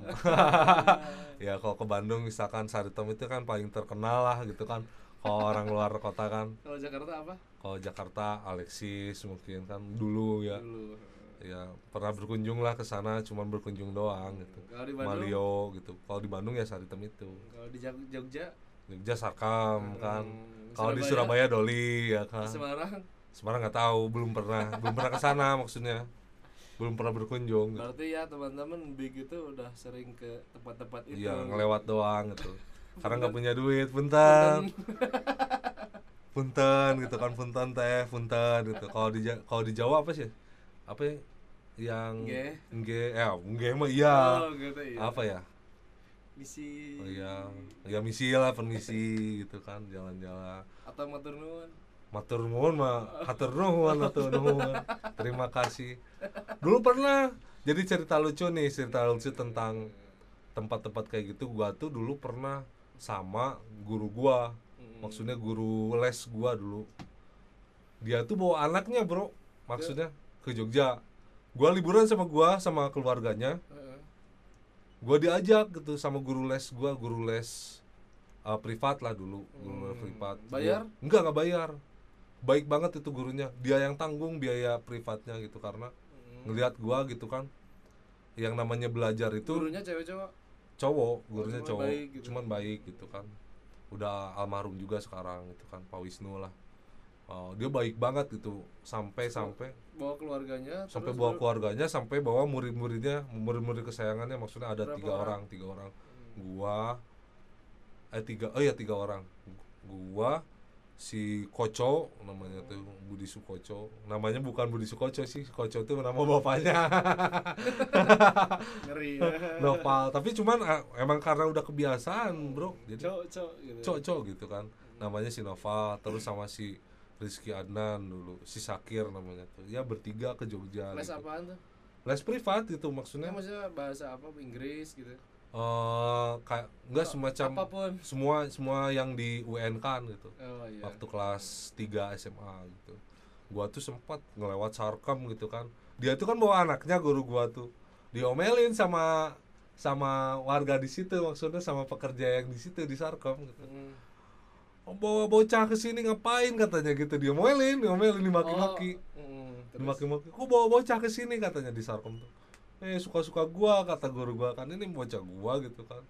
Ya kalau ke Bandung misalkan Saritem itu kan paling terkenal lah gitu kan. Kalau orang luar kota kan. Kalau Jakarta apa? Kalau Jakarta Alexis mungkin kan dulu ya. Dulu. Ya pernah berkunjung lah ke sana, cuman berkunjung doang gitu. Kalau di Bandung, Malio gitu. Kalau di Bandung ya Saritem itu. kalau di Jag- Jogja, Jogja Sarkam kan. Hmm, Kalau di Surabaya, Surabaya Doli ya kan. Semarang. Semarang nggak tahu, belum pernah, belum pernah ke sana maksudnya. Belum pernah berkunjung. Gitu. Berarti ya teman-teman Big itu udah sering ke tempat-tempat itu. Iya, ngelewat doang gitu. Karena nggak punya duit, punten. Punten gitu kan, punten teh, punten gitu. Kalau di Ja- kalau di Jawa apa sih? Apa ya? Yang Nge. nge, eh nge mah iya. Oh, gitu, iya. Apa ya? Misi. Oh iya, ya misi lah, permisi gitu kan, jalan-jalan. Atau matur nuwun. Matur nuwun mah, hatur nuhun, hatur nuhun. Terima kasih. Dulu pernah. Jadi cerita lucu nih, cerita lucu tentang tempat-tempat kayak gitu. Gua tuh dulu pernah sama guru gua. Maksudnya guru les gua dulu. Dia tuh bawa anaknya, Bro. Maksudnya ke Jogja. Gua liburan sama gua sama keluarganya. Heeh. Gua diajak gitu sama guru les gua, guru les uh, privat lah dulu, guru les Hmm. privat. Bayar? Gua, enggak, enggak bayar. Baik banget itu gurunya. Dia yang tanggung biaya privatnya gitu karena ngelihat gua gitu kan, yang namanya belajar itu Gurunya cewek cowok? cowok, gurunya cuman cowok, baik gitu. cuman baik gitu kan, udah almarhum juga sekarang gitu kan, Pak Wisnu lah. Oh, dia baik banget gitu, sampai sampai Bawa keluarganya, sampai terus bawa baru- keluarganya, sampai bawa murid-muridnya, murid-murid kesayangannya, maksudnya ada Berapa tiga orang? orang, tiga orang, Hmm. gua, eh tiga, oh ya tiga orang, gua, si Koco namanya tuh, Budi Sukoco, namanya bukan Budi Sukoco sih, Koco tuh nama bapaknya. Ngeri ya. Noval, tapi cuman eh, emang karena udah kebiasaan bro, jadi Cowok cowok gitu. Coco gitu kan, namanya si Noval, terus sama si Rizky Adnan dulu, si Sakir namanya tuh, ya bertiga ke Jogja. Les gitu. apaan tuh? Les privat gitu Ya, maksudnya. maksudnya bahasa apa? Inggris gitu. Eh kayak enggak Atau semacam apapun. semua semua yang di U N kan gitu. Oh iya. Waktu kelas tiga S M A gitu. Gua tuh sempat ngelewat Sarkem gitu kan. Dia tuh kan bawa anaknya, guru gua tuh. Diomelin sama sama warga di situ, maksudnya sama pekerja yang di situ di Sarkem gitu. Hmm. Oh, bawa bocah ke sini ngapain katanya gitu, dia ngomelin, diomelin, dimaki-maki. Oh, mm, terus? Dimaki-maki. Kok bawa bocah ke sini katanya di Sarkem tuh. Eh suka-suka gua kata guru gua kan, ini bocah gua gitu kan.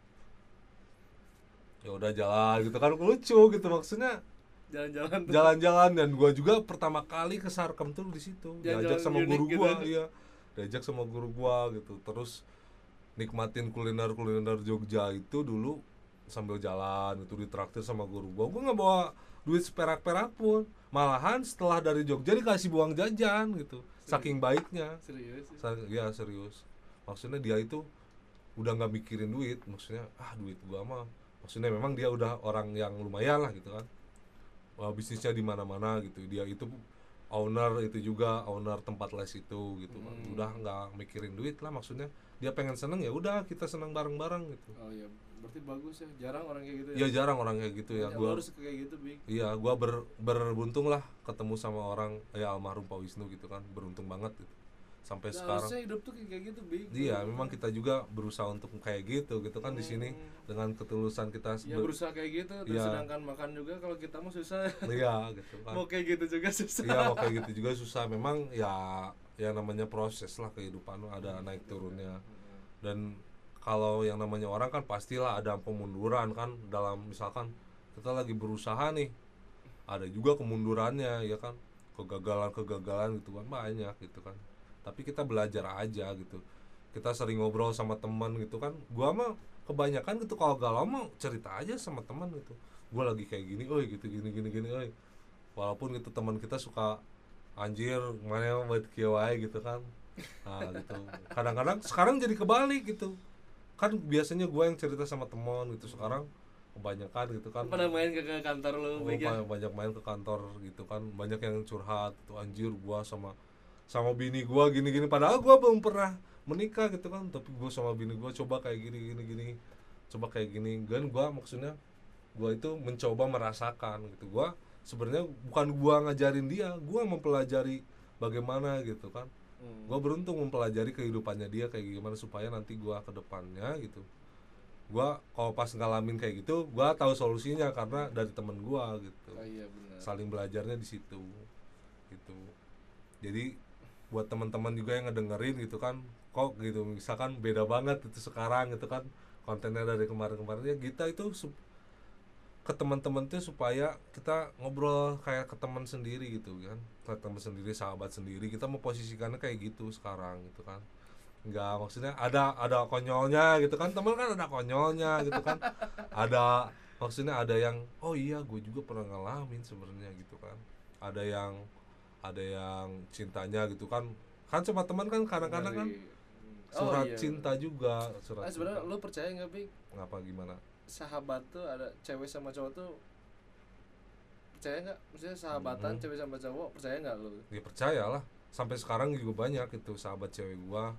Ya udah jalan gitu kan, lucu gitu maksudnya. Jalan-jalan tuh. Jalan-jalan, dan gua juga pertama kali ke Sarkem tuh di situ. Jalan-jalan Diajak sama unik guru gitu. gua, iya. Diajak sama guru gua gitu. Terus nikmatin kuliner-kuliner Jogja itu dulu sambil jalan itu, ditraktir sama guru gua. Gua nggak bawa duit seperak-perak pun. Malahan setelah dari Jogja dikasih uang jajan gitu. Saking baiknya. Serius sih. Sa- ya serius. Maksudnya dia itu udah nggak mikirin duit, maksudnya ah duit gua mah. Maksudnya memang dia udah orang yang lumayan lah gitu kan. Wah, bisnisnya di mana-mana gitu. Dia itu owner itu juga, owner tempat les itu gitu kan. Hmm. Udah nggak mikirin duit lah, maksudnya dia pengen seneng ya udah kita seneng bareng-bareng gitu. Oh iya, berarti bagus ya. Jarang orang kayak gitu ya. Ya jarang orang kayak gitu ya. Banyak, Gua lu harus kayak gitu, Big. iya, gua ber, berbuntung lah ketemu sama orang ya almarhum Pak Wisnu gitu kan. Beruntung banget gitu. Sampai Nah, sekarang. harusnya hidup tuh kayak gitu, Big. Iya, memang kita juga berusaha untuk kayak gitu gitu kan di sini, Hmm. dengan ketulusan kita. Ya ber- berusaha kayak gitu, terus Iya. sedangkan makan juga kalau kita mah susah. Iya gitu kan. Mau kayak gitu juga susah. Iya, mau kayak gitu juga susah. Memang ya ya namanya proses lah kehidupan, ada naik turunnya. Dan kalau yang namanya orang kan pastilah ada pemunduran kan, dalam misalkan kita lagi berusaha nih, ada juga kemundurannya ya kan, kegagalan-kegagalan gitu kan banyak gitu kan. Tapi kita belajar aja gitu. Kita sering ngobrol sama teman gitu kan. Gua mah kebanyakan gitu kalau galau mah cerita aja sama teman gitu. Gua lagi kayak gini, oi gitu, gini gini gini, oi. Walaupun itu teman kita suka anjir mana buat kieu wae gitu kan. Nah gitu. Kadang-kadang sekarang jadi kebalik gitu. Kan biasanya gue yang cerita sama teman gitu, sekarang kebanyakan gitu kan. Pernah main ke, ke kantor lu, Oh, Big ya? banyak, banyak main ke kantor gitu kan, banyak yang curhat tuh, anjir gua sama sama bini gua gini-gini, padahal gua belum pernah menikah gitu kan, tapi gua sama bini gua coba kayak gini gini gini, coba kayak gini. Dan gua maksudnya gua itu mencoba merasakan gitu. Gua sebenarnya bukan gua ngajarin dia, gua mempelajari bagaimana gitu kan. Hmm. Gua beruntung mempelajari kehidupannya dia kayak gimana supaya nanti gua ke depannya gitu, gua kalau pas ngalamin kayak gitu gua tahu solusinya karena dari temen gua gitu. Oh iya benar. Saling belajarnya di situ gitu. Jadi buat teman-teman juga yang ngedengerin gitu kan, kok gitu misalkan beda banget itu sekarang gitu kan kontennya dari kemarin-kemarin, ya kita itu sup- ke teman-teman tuh supaya kita ngobrol kayak ke teman sendiri gitu kan, ke teman sendiri, sahabat sendiri. Kita mau posisikannya kayak gitu sekarang gitu kan. Enggak, maksudnya ada ada konyolnya gitu kan, teman kan ada konyolnya gitu kan. Ada maksudnya ada yang oh iya gue juga pernah ngalamin sebenarnya gitu kan. Ada yang ada yang cintanya gitu kan. Kan sama teman kan kadang-kadang kan Dari- Hmm. surat Oh, iya, cinta benar. juga, surat Ah, sebenarnya cinta. lu percaya nggak, Big? Ngapa gimana? Sahabat tuh ada cewek sama cowok tuh, percaya nggak? Maksudnya sahabatan Mhm. cewek sama cowok, percaya nggak lu? Ya percayalah. Sampai sekarang juga banyak itu sahabat cewek gua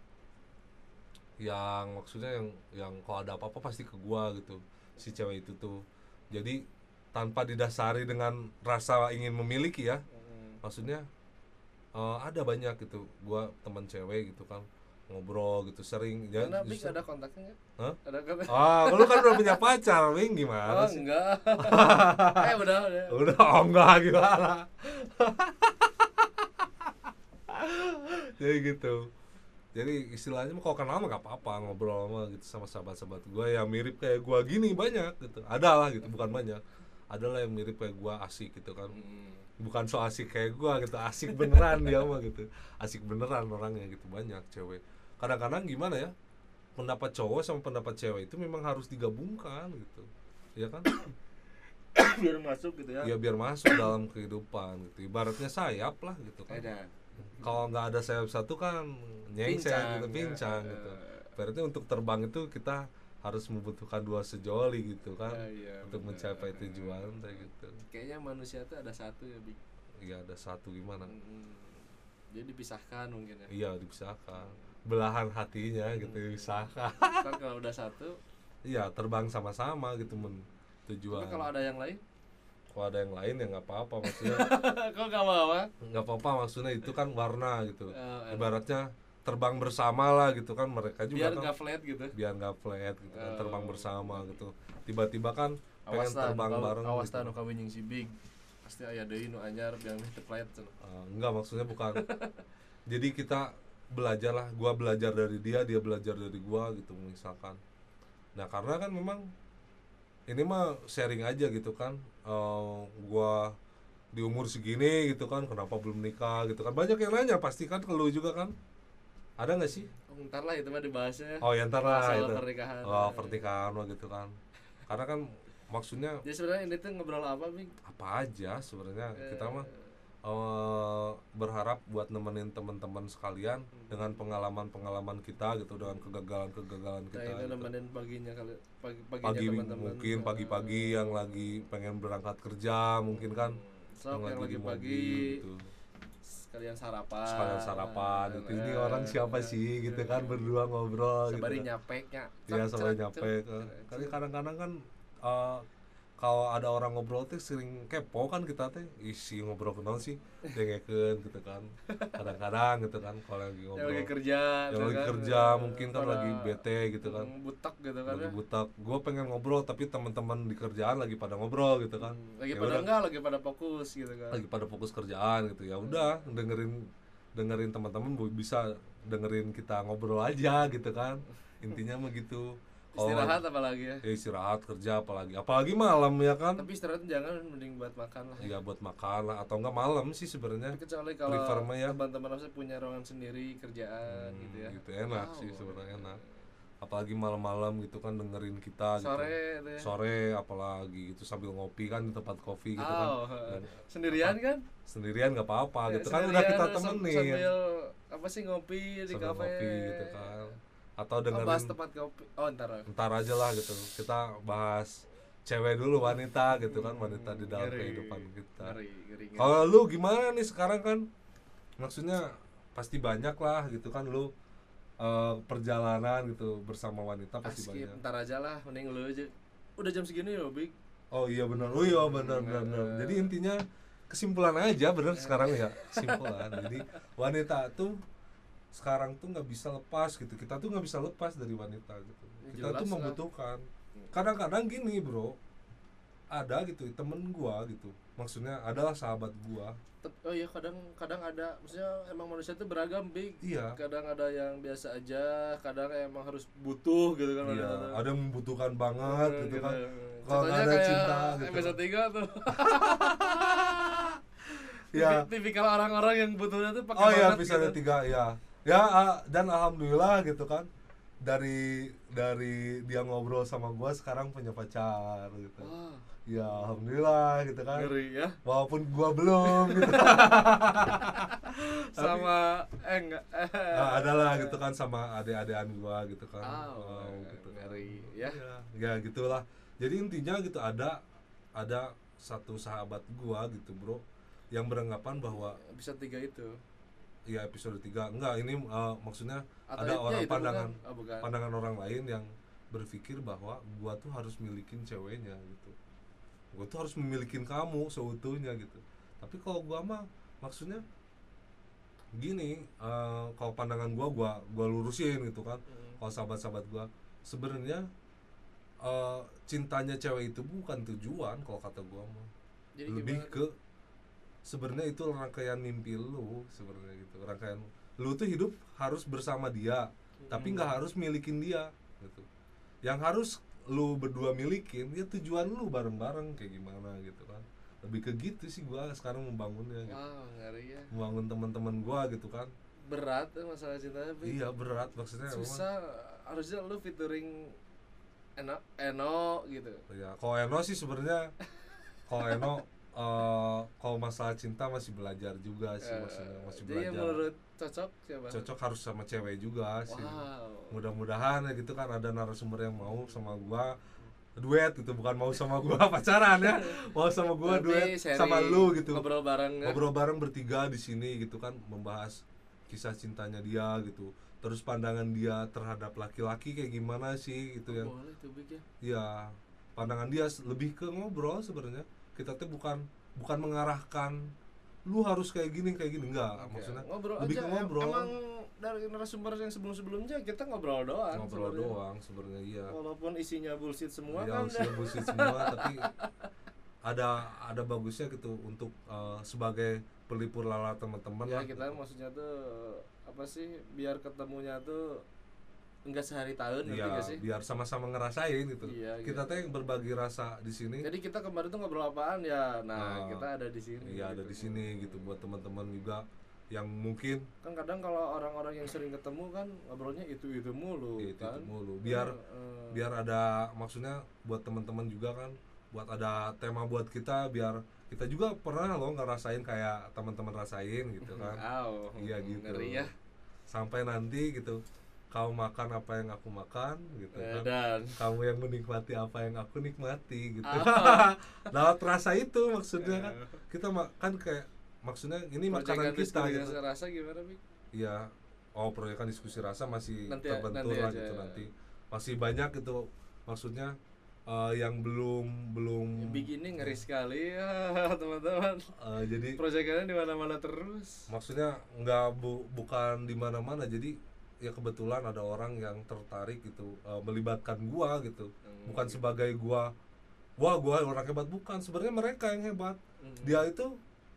yang maksudnya yang yang kalau ada apa-apa pasti ke gua gitu, si cewek itu tuh. Jadi tanpa didasari dengan rasa ingin memiliki ya, Hmm. maksudnya eh, ada banyak gitu gua teman cewek gitu kan, ngobrol gitu sering ya. Karena Big justru- ada kontaknya nggak? Hah? Ada kontak? Ah, lu kan udah punya pacar, Wing, gimana Oh sih? enggak. Eh udah udah. Udah, oh enggak gimana. Jadi gitu. Jadi istilahnya kalau kenal mah gak apa-apa ngobrol sama gitu sama sahabat-sahabat gue yang mirip kayak gue gini banyak gitu. Ada lah gitu, bukan banyak. Ada lah yang mirip kayak gue, asik gitu kan. Hmm. Bukan so asik kayak gue gitu, asik beneran dia mah gitu. Asik beneran orangnya gitu, banyak cewek. Kadang-kadang gimana ya? Pendapat cowok sama pendapat cewek itu memang harus digabungkan gitu. Ya kan? Biar masuk gitu ya. Ya biar masuk dalam kehidupan gitu. Ibaratnya sayap lah gitu kan. Edan. Kalau nggak ada sayap satu kan nyengsek gitu, Pincang, pincang ya. gitu. Berarti untuk terbang itu kita harus membutuhkan dua sejoli gitu kan, Ya, iya, untuk benar. mencapai tujuan kayak gitu. Kayaknya manusia tuh ada satu ya, Big. Iya, ada satu gimana? Hmm. Jadi dipisahkan mungkin ya. Iya, dipisahkan. Belahan hatinya gitu dipisahkan. Kan kalau udah satu, Iya, terbang sama-sama gitu men tujuan. tapi kalau ada yang lain, Kalau ada yang lain ya nggak apa-apa maksudnya. kok gak apa-apa? Nggak apa-apa maksudnya, itu kan warna gitu. Eh, Ibaratnya terbang bersama lah gitu kan, mereka juga biar kan nggak flat gitu. biar nggak flat gitu kan, Oh. terbang bersama gitu. Tiba-tiba kan pengen Awas lah, terbang nu ka- bareng awas gitu. tah nu kawin jeung si Big. Pasti aya deui nu anyar biar teu flat cenah. Uh, enggak, maksudnya bukan. Jadi kita belajar lah, gua belajar dari dia, dia belajar dari gua gitu misalkan. Nah karena kan memang ini mah sharing aja gitu kan. Uh, gua di umur segini gitu kan, kenapa belum nikah gitu kan, banyak yang nanya pasti kan ke lu juga kan, ada nggak sih? Oh, ntar lah itu mah dibahasnya. Oh ya ntar lah Masalah itu. pernikahan. Oh pernikahan mah gitu kan, karena kan maksudnya Jadi sebenarnya ini tuh ngobrol apa, Big? apa aja sebenarnya kita Eh, mah eh, berharap buat nemenin teman-teman sekalian dengan pengalaman-pengalaman kita gitu, dengan kegagalan-kegagalan Nah, kita ini gitu. nemenin paginya kali pagi paginya Pagi teman-teman. mungkin Eh, pagi-pagi yang lagi pengen berangkat kerja mungkin kan, sok yang lagi di pagi mobil gitu, sekalian sarapan. sekalian sarapan gitu. Ini Eh, orang siapa eh, sih gitu eh, kan, berdua ngobrol gitu Sabari kan. nyapeknya. Iya, Cek, sampai cek, nyampe cek, kan. cek, Kali cek. kadang-kadang kan eh, kalau ada orang ngobrol teh sering kepo kan kita teh, isi ngobrol kenal sih dengekeun gitu kan. Kadang-kadang gitu kan kalau lagi Yang ngobrol. lagi kerja, Yang tuh lagi kan, kerja eh, mungkin kan pada, lagi bete gitu kan. mm, butak gitu kan Lagi ya. butak. Gue pengen ngobrol tapi teman-teman di kerjaan lagi pada ngobrol gitu kan. Hmm, lagi Ya pada udah, enggak, lagi pada fokus gitu kan. lagi pada fokus kerjaan gitu. Ya udah, dengerin dengerin teman-teman bu- bisa dengerin kita ngobrol aja gitu kan. Intinya mah gitu. Kalau- Istirahat apalagi ya. Ya istirahat kerja apalagi apalagi malam ya kan. Tapi istirahat jangan, mending buat makan lah. Ya buat makan lah, atau enggak malam sih sebenarnya. Tapi kecuali kalau Prefer mah ya. teman-teman saya punya ruangan sendiri kerjaan Hmm, gitu ya. gitu enak Wow. sih sebenarnya, enak. Apalagi malam-malam gitu kan dengerin kita gitu. Sore itu ya. Sore apalagi gitu sambil ngopi kan di tempat kopi gitu kan. Oh, Dan sendirian kan? sendirian nggak apa-apa Ya, gitu kan, udah sendirian, kita sam- temenin Sambil apa sih ngopi di sambil kafe. ngopi gitu kan, atau Oh, dengerin bahas tempat kopi. Oh, ntar. ntar aja lah gitu, kita bahas cewek dulu, wanita gitu kan, wanita di dalam Ngeri, kehidupan kita. Ngeri, ngeri, ngeri. Kalau lu gimana nih sekarang kan, maksudnya pasti banyak lah gitu kan lu eh, perjalanan gitu bersama wanita Ah, pasti skip, banyak. ntar aja lah, mending lu aja. Udah jam segini loh, Big. Oh iya benar, oh iya benar benar benar. Eh. Jadi intinya kesimpulan aja bener sekarang ya, kesimpulan. Jadi wanita tuh sekarang tuh nggak bisa lepas gitu, kita tuh nggak bisa lepas dari wanita gitu. Kita Jelas tuh lah. membutuhkan. Kadang-kadang gini bro, ada gitu temen gua gitu, maksudnya adalah sahabat gua. Tep- Oh iya, kadang kadang ada, maksudnya emang manusia itu beragam, Big. Iya. Kadang ada yang biasa aja, kadang emang harus butuh gitu kan. Iya, wanita tuh. ada yang membutuhkan banget Eh, gitu kan. Kalau Contohnya nggak ada kayak cinta gitu. episode tiga tuh. Ya. Tipi- Tipikal orang-orang yang butuhnya tuh pakai Oh iya, banget episode gitu. tiga ya. Ya ah, dan alhamdulillah gitu kan. Dari dari dia ngobrol sama gua sekarang punya pacar gitu. Wah, Ya alhamdulillah gitu kan. ngeri ya. Walaupun gua belum gitu. Sama eh enggak eh, Nah, adalah gitu kan sama adik-adikan gua gitu kan. Oh, Wow, gitu kan. ngeri ya. Ya, ya gitulah. Jadi intinya gitu, ada ada satu sahabat gua gitu, Bro, yang beranggapan bahwa Episode tiga itu. ya episode tiga enggak ini uh, maksudnya Atau ada ya, orang itu pandangan bukan? Oh, bukan. pandangan orang lain yang berpikir bahwa gua tuh harus milikin ceweknya gitu. Gua tuh harus memilikin kamu seutuhnya gitu. Tapi kalau gua mah maksudnya gini, uh, kalau pandangan gua gua gua lurusin gitu kan. Hmm. Kalau sahabat-sahabat gua sebenarnya uh, cintanya cewek itu bukan tujuan kalau kata gua mah. Jadi Lebih gimana? ke sebenarnya itu rangkaian mimpi lu sebenarnya gitu, rangkaian lu tuh hidup harus bersama dia, tapi nggak harus milikin dia gitu. Yang harus lu berdua milikin ya tujuan lu bareng-bareng kayak gimana gitu kan. Lebih ke gitu sih gua sekarang membangunnya gitu. Wow, ngeri ya. Membangun teman-teman gua gitu kan. Berat ya masalah cintanya, Bi. Iya berat maksudnya. Susah, harusnya lu featuring Eno, Eno gitu. Ya, kalau Eno sih sebenarnya kalau Eno uh, kalau masalah cinta masih belajar juga sih, maksudnya masih Jadi yang belajar. menurut cocok siapa? Cocok harus sama cewek juga sih. Wow. Mudah-mudahan ya gitu kan ada narasumber yang mau sama gua duet gitu, bukan mau sama gua pacaran ya, mau sama gua Nanti duet sharing, sama lu gitu. Ngobrol bareng ya? Ngobrol bareng bertiga di sini gitu kan, membahas kisah cintanya dia gitu. Terus pandangan dia terhadap laki-laki kayak gimana sih gitu yang. Boleh tuh, Big ya. Ya, pandangan dia lebih ke ngobrol sebenarnya. Kita tuh bukan bukan mengarahkan lu harus kayak gini kayak gini enggak, Oke, maksudnya ngobrol lebih aja. ke ngobrol. Emang dari narasumber yang sebelum-sebelumnya kita ngobrol doang. Ngobrol sebenarnya. doang sebenarnya iya. Walaupun isinya bullshit semua Ya, kan. usia bullshit semua tapi ada ada bagusnya gitu untuk uh, sebagai pelipur lala teman-teman Ya lah. kita gitu. maksudnya tuh apa sih, biar ketemunya tuh enggak sehari tahun, ngerti Iya, gak sih? biar sama-sama ngerasain gitu. Iya, Kita gitu. tuh yang berbagi rasa di sini. Jadi kita kemarin tuh ngobrol apaan ya? Nah, Nah, kita ada di sini. Iya, ada gitu. di sini gitu buat teman-teman juga yang mungkin Kan kadang kalau orang-orang yang sering ketemu kan ngobrolnya itu-itu mulu ya, itu, kan. itu mulu. Biar Eh, biar ada maksudnya buat teman-teman juga kan, buat ada tema buat kita, biar kita juga pernah loh ngerasain kayak teman-teman rasain gitu kan. Au, Iya gitu. ngeri ya. Sampai nanti gitu kau makan apa yang aku makan gitu Eh, kan. dan Kamu yang menikmati apa yang aku nikmati gitu. Ah. Lewat rasa itu maksudnya kan. Kita makan kayak maksudnya ini makanan proyekan kita diskusi gitu. rasa gimana, Bik? Iya. Oh, proyekan diskusi rasa masih Nanti- terbentur nanti lah aja. gitu nanti. Masih banyak itu maksudnya eh, yang belum belum Big ini ngeri sekali ya, teman-teman. eh, jadi Proyekannya di mana-mana terus. maksudnya nggak bu, bukan di mana-mana, jadi ya kebetulan ada orang yang tertarik gitu eh, melibatkan gua gitu. Hmm, Bukan gitu. sebagai gua wah gua orang hebat, bukan, sebenarnya mereka yang hebat. Hmm. Dia itu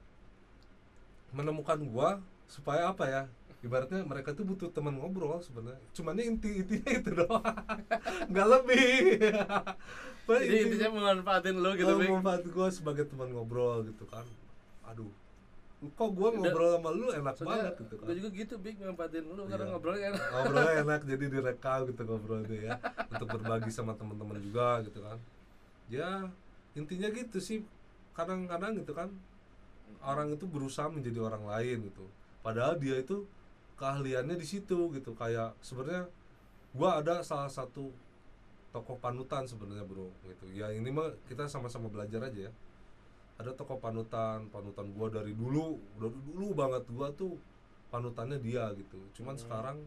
menemukan gua supaya apa ya, ibaratnya mereka tuh butuh teman ngobrol sebenarnya, cuman inti intinya itu doang nggak lebih. Pokoknya Jadi intinya memanfaatin lo gitu, Bik. memanfaat gua sebagai teman ngobrol gitu kan. Aduh, kok gua Udah- ngobrol sama lu enak Soalnya banget gitu kan. gue juga gitu, Bik, manfaatin lu karena Iya. ngobrolnya enak. Ngobrolnya enak jadi direkam gitu ngobrolnya ya, untuk berbagi sama teman-teman juga gitu kan. Ya intinya gitu sih, kadang-kadang gitu kan orang itu berusaha menjadi orang lain gitu, padahal dia itu keahliannya di situ gitu. Kayak sebenarnya gua ada salah satu tokoh panutan sebenarnya bro gitu ya, ini mah kita sama-sama belajar aja ya. Ada tokoh panutan panutan gua dari dulu, dari dulu banget gua tuh panutannya dia gitu. Cuman Hmm. sekarang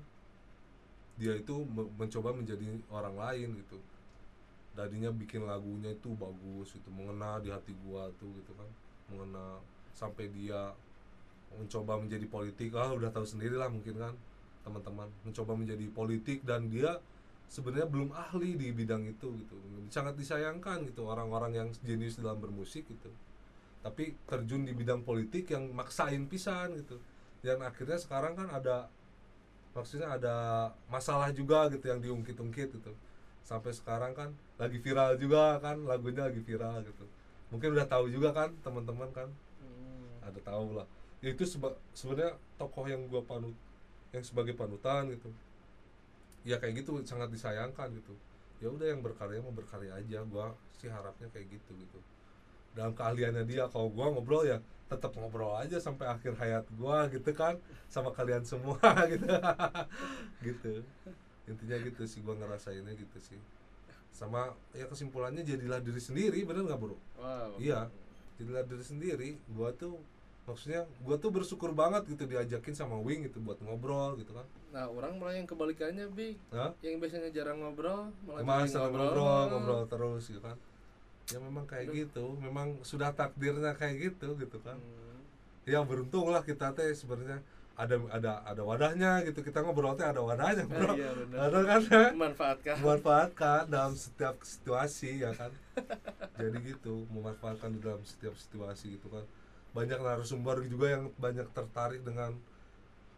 dia itu me- mencoba menjadi orang lain gitu. Tadinya bikin lagunya itu bagus itu, mengena di hati gua tuh gitu kan, mengena sampai dia mencoba menjadi politik. Ah udah tahu sendiri lah mungkin kan teman-teman, mencoba menjadi politik dan dia sebenarnya belum ahli di bidang itu gitu. Sangat disayangkan gitu orang-orang yang jenius dalam bermusik gitu, tapi terjun di bidang politik yang maksain pisan gitu. Dan akhirnya sekarang kan ada, maksudnya ada masalah juga gitu yang diungkit-ungkit gitu. Sampai sekarang kan lagi viral juga kan, lagunya lagi viral gitu. Mungkin udah tahu juga kan teman-teman kan, Hmm. ada tahu lah. Ya itu seba- sebenarnya tokoh yang gua panut, yang sebagai panutan gitu. Ya kayak gitu sangat disayangkan gitu. Ya udah yang berkarya mau berkarya aja, gua sih harapnya kayak gitu gitu. Dalam keahliannya dia, kalau gua ngobrol ya tetap ngobrol aja sampai akhir hayat gua gitu kan, sama kalian semua gitu. Gitu. Intinya gitu sih, gua ngerasainnya gitu sih. Sama ya kesimpulannya jadilah diri sendiri, bener nggak bro? Wow. Iya, jadilah diri sendiri. Gua tuh maksudnya gua tuh bersyukur banget gitu diajakin sama Wing gitu buat ngobrol gitu kan. Nah, orang malah yang kebalikannya, Bik. Hah? Yang biasanya jarang ngobrol, malah Emang jadi sering ngobrol, ngobrol terus gitu kan. Ya memang kayak Aduh. gitu, memang sudah takdirnya kayak gitu gitu kan. Hmm. Ya beruntung lah kita teh sebenarnya ada ada ada wadahnya gitu, kita ngobrol teh ada wadahnya bro. Ah, iya, benar. Ada kan ya? Memanfaatkan. Memanfaatkan dalam setiap situasi ya kan. Jadi gitu, memanfaatkan dalam setiap situasi gitu kan. Banyak narasumber juga yang banyak tertarik dengan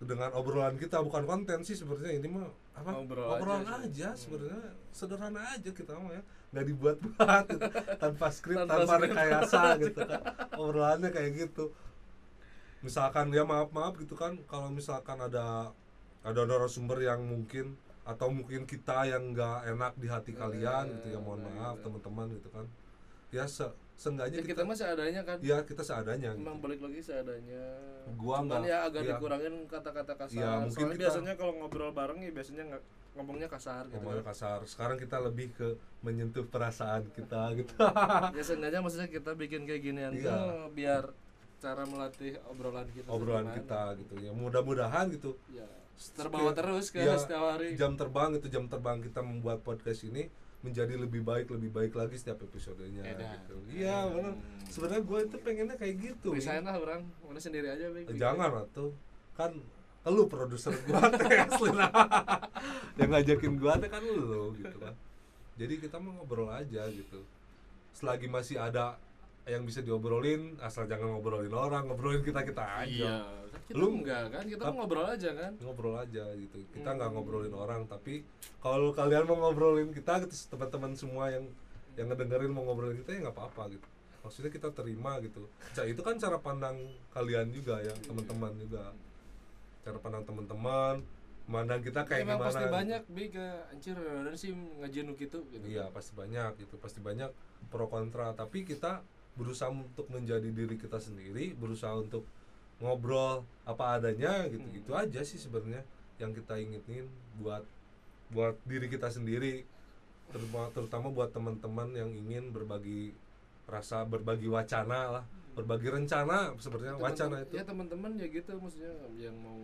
dengan obrolan kita, bukan konten sih sebenarnya ini mah apa Ngobrol obrolan aja aja, sih. sebenarnya sederhana aja kita mah ya, nggak dibuat-buat gitu. Tanpa skrip, Tanpa tanpa, skrip. rekayasa gitu kan, obrolannya kayak gitu. Misalkan ya maaf maaf gitu kan, kalau misalkan ada ada narasumber yang mungkin atau mungkin kita yang nggak enak di hati kalian gitu ya, mohon Nah, maaf gitu. teman-teman gitu kan ya, se seenggaknya Ya kita mah seadanya kan. ya kita seadanya Emang gitu. balik lagi seadanya. Gua Cuman nggak- ya agak iya. dikurangin kata-kata kasar. Iya, mungkin Soalnya kita- biasanya kalau ngobrol bareng ya biasanya nggak ngomongnya kasar gitu. Ngomongnya Kan. kasar, sekarang kita lebih ke menyentuh perasaan kita gitu. Ya seenggaknya maksudnya kita bikin kayak ginian Iya. tuh biar cara melatih obrolan kita. tuh Obrolan gimana. kita gitu ya, mudah-mudahan gitu Ya, terbawa Kayak- terus ke ya, setiap hari. jam terbang itu jam terbang kita membuat podcast ini menjadi lebih baik lebih baik lagi setiap episodenya Edan. gitu. Iya benar, sebenarnya gue itu pengennya kayak gitu. Resign lah orang, mana sendiri aja. Bik. Eh, jangan atuh, kan lu produser gua teh asli lah. Yang ngajakin gua teh kan lu gitu kan. Jadi kita mau ngobrol aja gitu. Selagi masih ada yang bisa diobrolin, asal jangan ngobrolin orang, ngobrolin kita kita aja. Iya, kan kita Lu- enggak kan, kita Tap- mau ngobrol aja kan. Ngobrol aja gitu. Kita nggak Hmm. ngobrolin orang, tapi kalau kalian mau ngobrolin kita gitu, teman-teman semua yang yang ngedengerin mau ngobrolin kita ya nggak apa-apa gitu. Maksudnya kita terima gitu. Ca- itu kan cara pandang kalian juga ya, teman-teman juga. Cara pandang teman-teman, memandang kita kayak Emang gimana. pasti gitu. banyak bi ke anjir dan sih ngajian gitu gitu. Iya, pasti banyak gitu. Pasti banyak pro kontra, tapi kita berusaha untuk menjadi diri kita sendiri, berusaha untuk ngobrol apa adanya gitu. Hmm. Itu aja sih sebenarnya yang kita inginin buat buat diri kita sendiri, terutama terutama buat teman-teman yang ingin berbagi rasa, berbagi wacana lah, berbagi rencana sebenarnya. Teman-teman- Wacana itu Ya teman-teman ya gitu maksudnya yang mau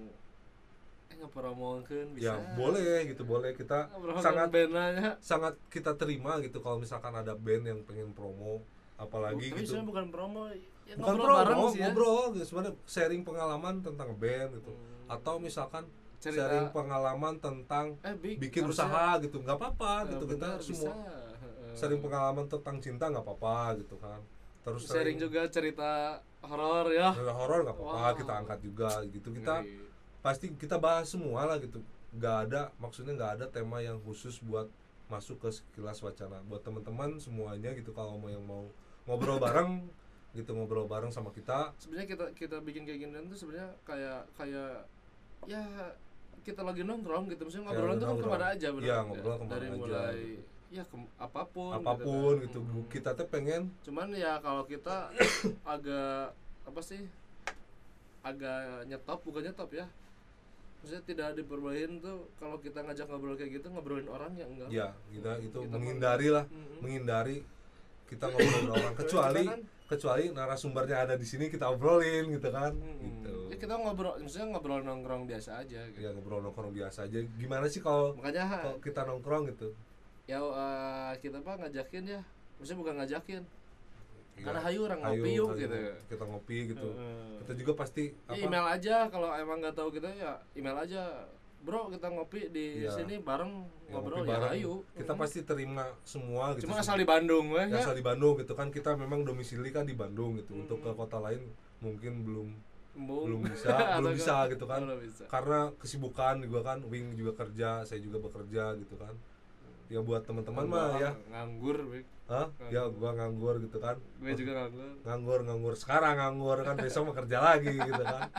eh ngepromokeun bisa. ya boleh gitu, boleh kita Ngepromokeun sangat bandnya. sangat kita terima gitu kalau misalkan ada band yang pengen promo apalagi Tapi gitu. sebenarnya bukan promo, ya Bukan ngobrol promo, bareng sih ya. ngobrol gitu, sebenarnya sharing pengalaman tentang band gitu. Hmm. Atau misalkan Cerita- sharing pengalaman tentang Eh, Bik, bikin harusnya- usaha gitu, nggak apa-apa Eh, gitu, kita benar, semua bisa. Heeh. sharing pengalaman tentang cinta nggak apa-apa gitu kan. Terus Sharing juga cerita horor ya. cerita horor nggak apa-apa, Wow. kita angkat juga gitu. Kita Ngeri. pasti kita bahas semua lah gitu. Nggak ada, maksudnya nggak ada tema yang khusus buat masuk ke sekilas wacana. Buat teman-teman semuanya gitu, kalau mau yang mau ngobrol bareng gitu, ngobrol bareng sama kita. Sebenarnya kita kita bikin kayak gini tuh sebenarnya kayak kayak ya kita lagi nongkrong gitu, maksudnya Ya, ngobrolan tuh kan nongkrong. kemana aja bener. Iya, ngobrol kemana dari aja, mulai gitu. ya ke, apapun Apapun kan. gitu, Mm-mm. kita tuh pengen Cuman ya kalau kita agak apa sih agak nyetop, bukan nyetop ya, maksudnya tidak diperbolehin tuh kalau kita ngajak ngobrol kayak gitu ngobrolin orang ya enggak. ya kita itu Kita menghindari lah, Mm-mm. menghindari kita ngobrolin orang, kecuali Kita kan- kecuali narasumbernya ada di sini kita obrolin gitu kan. Mm-mm. Gitu. Ya kita ngobrol, maksudnya ngobrol nongkrong biasa aja gitu. Ya ngobrol nongkrong biasa aja. Gimana sih kalau Makanya kalau kita nongkrong gitu? ya eh, kita apa ngajakin ya, maksudnya bukan ngajakin, Ya, karena hayu orang ayo, ngopi yuk ayo, gitu. Kita ngopi gitu. Heeh. Kita juga pasti Ya, apa? email aja kalau emang nggak tahu kita ya email aja, bro kita ngopi di Iya. sini bareng Ya, ngobrol ngopi ya bareng. ayo. Kita Mm. pasti terima semua gitu. Cuma asal di Bandung weh Ya, ya. asal di Bandung gitu kan, kita memang domisili kan di Bandung gitu. Hmm. Untuk ke kota lain mungkin belum Embung. belum bisa, belum Atau bisa ke- gitu kan. belum bisa. Karena kesibukan juga kan, Wing juga kerja, saya juga bekerja gitu kan. Ya buat teman-teman mah ya, nganggur weh. hah? Ya gua nganggur gitu kan. Gue juga nganggur. Nganggur, nganggur sekarang nganggur kan, besok mau kerja lagi gitu kan.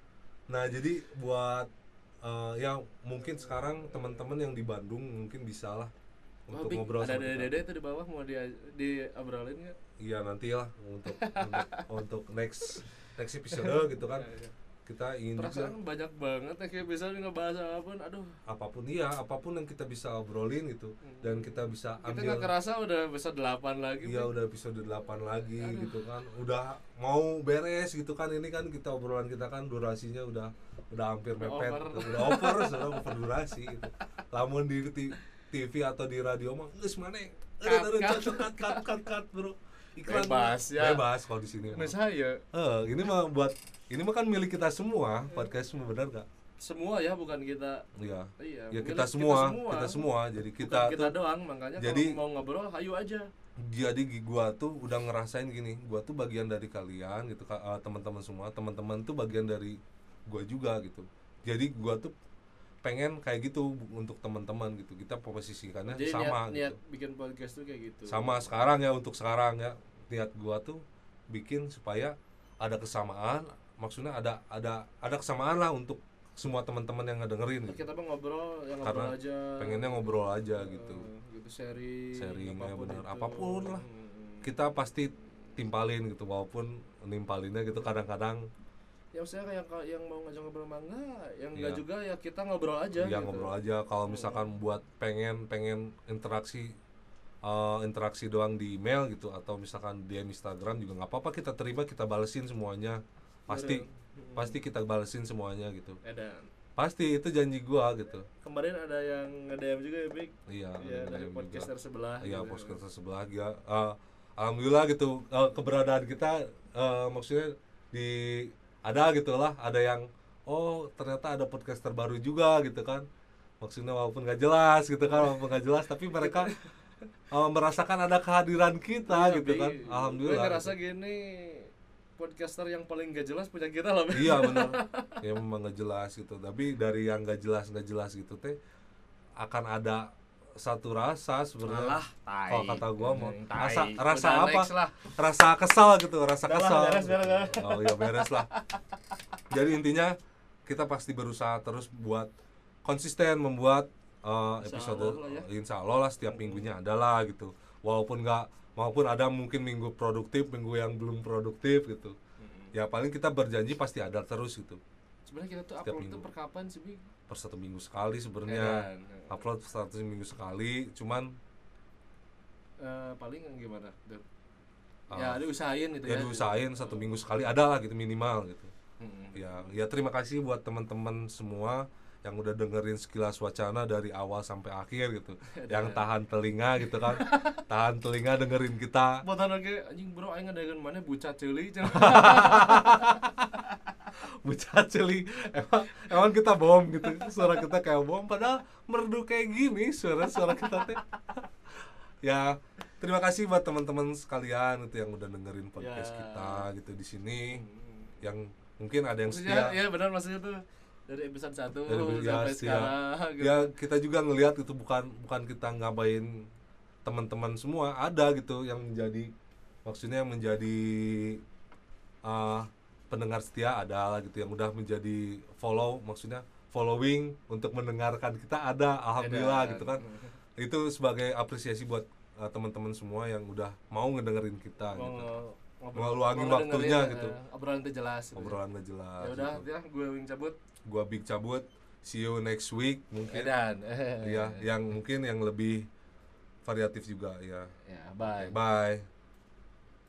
Nah, jadi buat eh, yang mungkin sekarang teman-teman yang di Bandung mungkin bisa lah Oh, untuk Bik, ngobrol ada sama kita. dede itu di bawah mau di diobrolin nggak? Iya, nanti lah untuk untuk, untuk next next episode gitu kan. Ya, ya. Kita ingin juga Perasaan banyak banget ya kayak bisa ngebahas apapun, aduh. apapun, iya, apapun yang kita bisa obrolin gitu, dan kita bisa Kita ambil. nggak kerasa udah bisa delapan lagi. Iya, Bik. udah episode delapan lagi Aduh. gitu kan. Udah mau beres gitu kan, ini kan kita obrolan kita kan durasinya udah udah hampir Udah mepet, over. udah over, sudah over durasi gitu. Lamun di T- TV atau di radio mah geus maneh. Cut, Aduh, aduh, cut. cut, cut, cut, cut, cut, bro. Iklan Bebas, mah. ya. Bebas kalau di sini. Nah, mah. saya Eh, ini mah buat ini mah kan milik kita semua, podcast semua, benar gak? semua ya, bukan kita. Iya. Iya, Ya milik kita semua, kita semua. Jadi Bukan kita, kita tuh doang, makanya jadi- kalau mau ngobrol hayu aja. jadi gua tuh udah ngerasain gini, gua tuh bagian dari kalian gitu, Kak, eh, teman-teman semua, teman-teman tuh bagian dari gua juga gitu. Jadi gua tuh pengen kayak gitu untuk teman-teman gitu, kita posisikannya Jadi sama niat, niat gitu. bikin podcast tuh kayak gitu. Sama sekarang ya, untuk sekarang ya niat gua tuh bikin supaya ada kesamaan, maksudnya ada ada ada kesamaan lah untuk semua teman-teman yang ngedengerin gitu. Kita mah ngobrol, yang Karena ngobrol aja. pengennya ngobrol aja Eh, gitu. gitu sharing, Sharing ya apapun benar, itu. apapun lah. Hmm. Kita pasti timpalin gitu, walaupun nimpalinnya gitu kadang-kadang Ya maksudnya kayak yang, yang mau ngajak ngobrol mangga, yang enggak Iya. juga ya kita ngobrol aja ya gitu. ngobrol aja. Kalau misalkan buat pengen pengen interaksi eh, interaksi doang di email gitu, atau misalkan D M Instagram juga nggak apa-apa, kita terima, kita balesin semuanya. Pasti Bener. pasti kita balesin semuanya gitu. Edan. Pasti, itu janji gua gitu. Kemarin ada yang nge-D M juga ya, Big. Iya, Ya, ada dari yang podcaster juga. sebelah. Iya, gitu. podcaster sebelah ya. Eh, alhamdulillah gitu, eh, keberadaan kita eh, maksudnya di ada gitulah, ada yang oh ternyata ada podcaster baru juga gitu kan. Maksudnya walaupun nggak jelas gitu kan, walaupun nggak jelas, tapi mereka eh, merasakan ada kehadiran kita Iya, gitu Bi. kan. Alhamdulillah. Gue ngerasa gitu. gini, podcaster yang paling gak jelas punya kita loh. Bi. Iya benar. Ya memang nggak jelas gitu. Tapi dari yang nggak jelas nggak jelas gitu teh akan ada satu rasa sebenarnya. Alah, tai. Kalau kata gua mau Hmm, tai. rasa rasa Udah, apa? next lah. Rasa kesal gitu, rasa Udah lah, kesal. beres, beres, beres. Oh iya beres lah. Jadi intinya kita pasti berusaha terus buat konsisten membuat uh, Insya episode Allah lah ya. insya Allah lah setiap minggunya ada lah gitu. Walaupun nggak, walaupun ada mungkin minggu produktif, minggu yang belum produktif gitu. Ya paling kita berjanji pasti ada terus gitu. Sebenarnya kita tuh Setiap upload minggu. tuh per kapan sih, Bi? Per satu minggu sekali sebenarnya. Edan. Upload satu minggu sekali, cuman Eh, paling gimana? Duh. uh, Ya, diusahain gitu ya ya. diusahain satu minggu sekali ada lah gitu minimal gitu. Hmm. Ya, ya terima kasih buat teman-teman semua yang udah dengerin Sekilas Wacana dari awal sampai akhir gitu. Yang tahan telinga gitu kan. Tahan telinga dengerin kita. Botan oke, anjing bro, aing ngadegeun mana bucat ceuli. Bocah celi. Emang, emang kita bom gitu. Suara kita kayak bom, padahal merdu kayak gini suara-suara kita teh. Ya, terima kasih buat teman-teman sekalian itu yang udah dengerin podcast Ya. kita gitu di sini. Yang mungkin ada yang Maksudnya, setia. ya benar maksudnya tuh dari episode satu Dari episode- ya, sampai setia. sekarang gitu. Ya kita juga ngelihat itu bukan bukan kita ngabain teman-teman semua, ada gitu yang menjadi maksudnya yang menjadi uh, pendengar setia, ada lah gitu yang udah menjadi follow, maksudnya following untuk mendengarkan kita ada, alhamdulillah Edan. gitu kan. Itu sebagai apresiasi buat uh, teman-teman semua yang udah mau ngedengerin kita Mau gitu. ngo- Ngeluangin mau waktunya dengerin, gitu. eh, obrolan itu jelas gitu. Obrolan gak jelas. Ya udah, gitu. ya gue Wing cabut. Gua Big cabut. See you next week mungkin. Edan. Ya, yang mungkin yang lebih variatif juga ya. Ya, bye. Bye.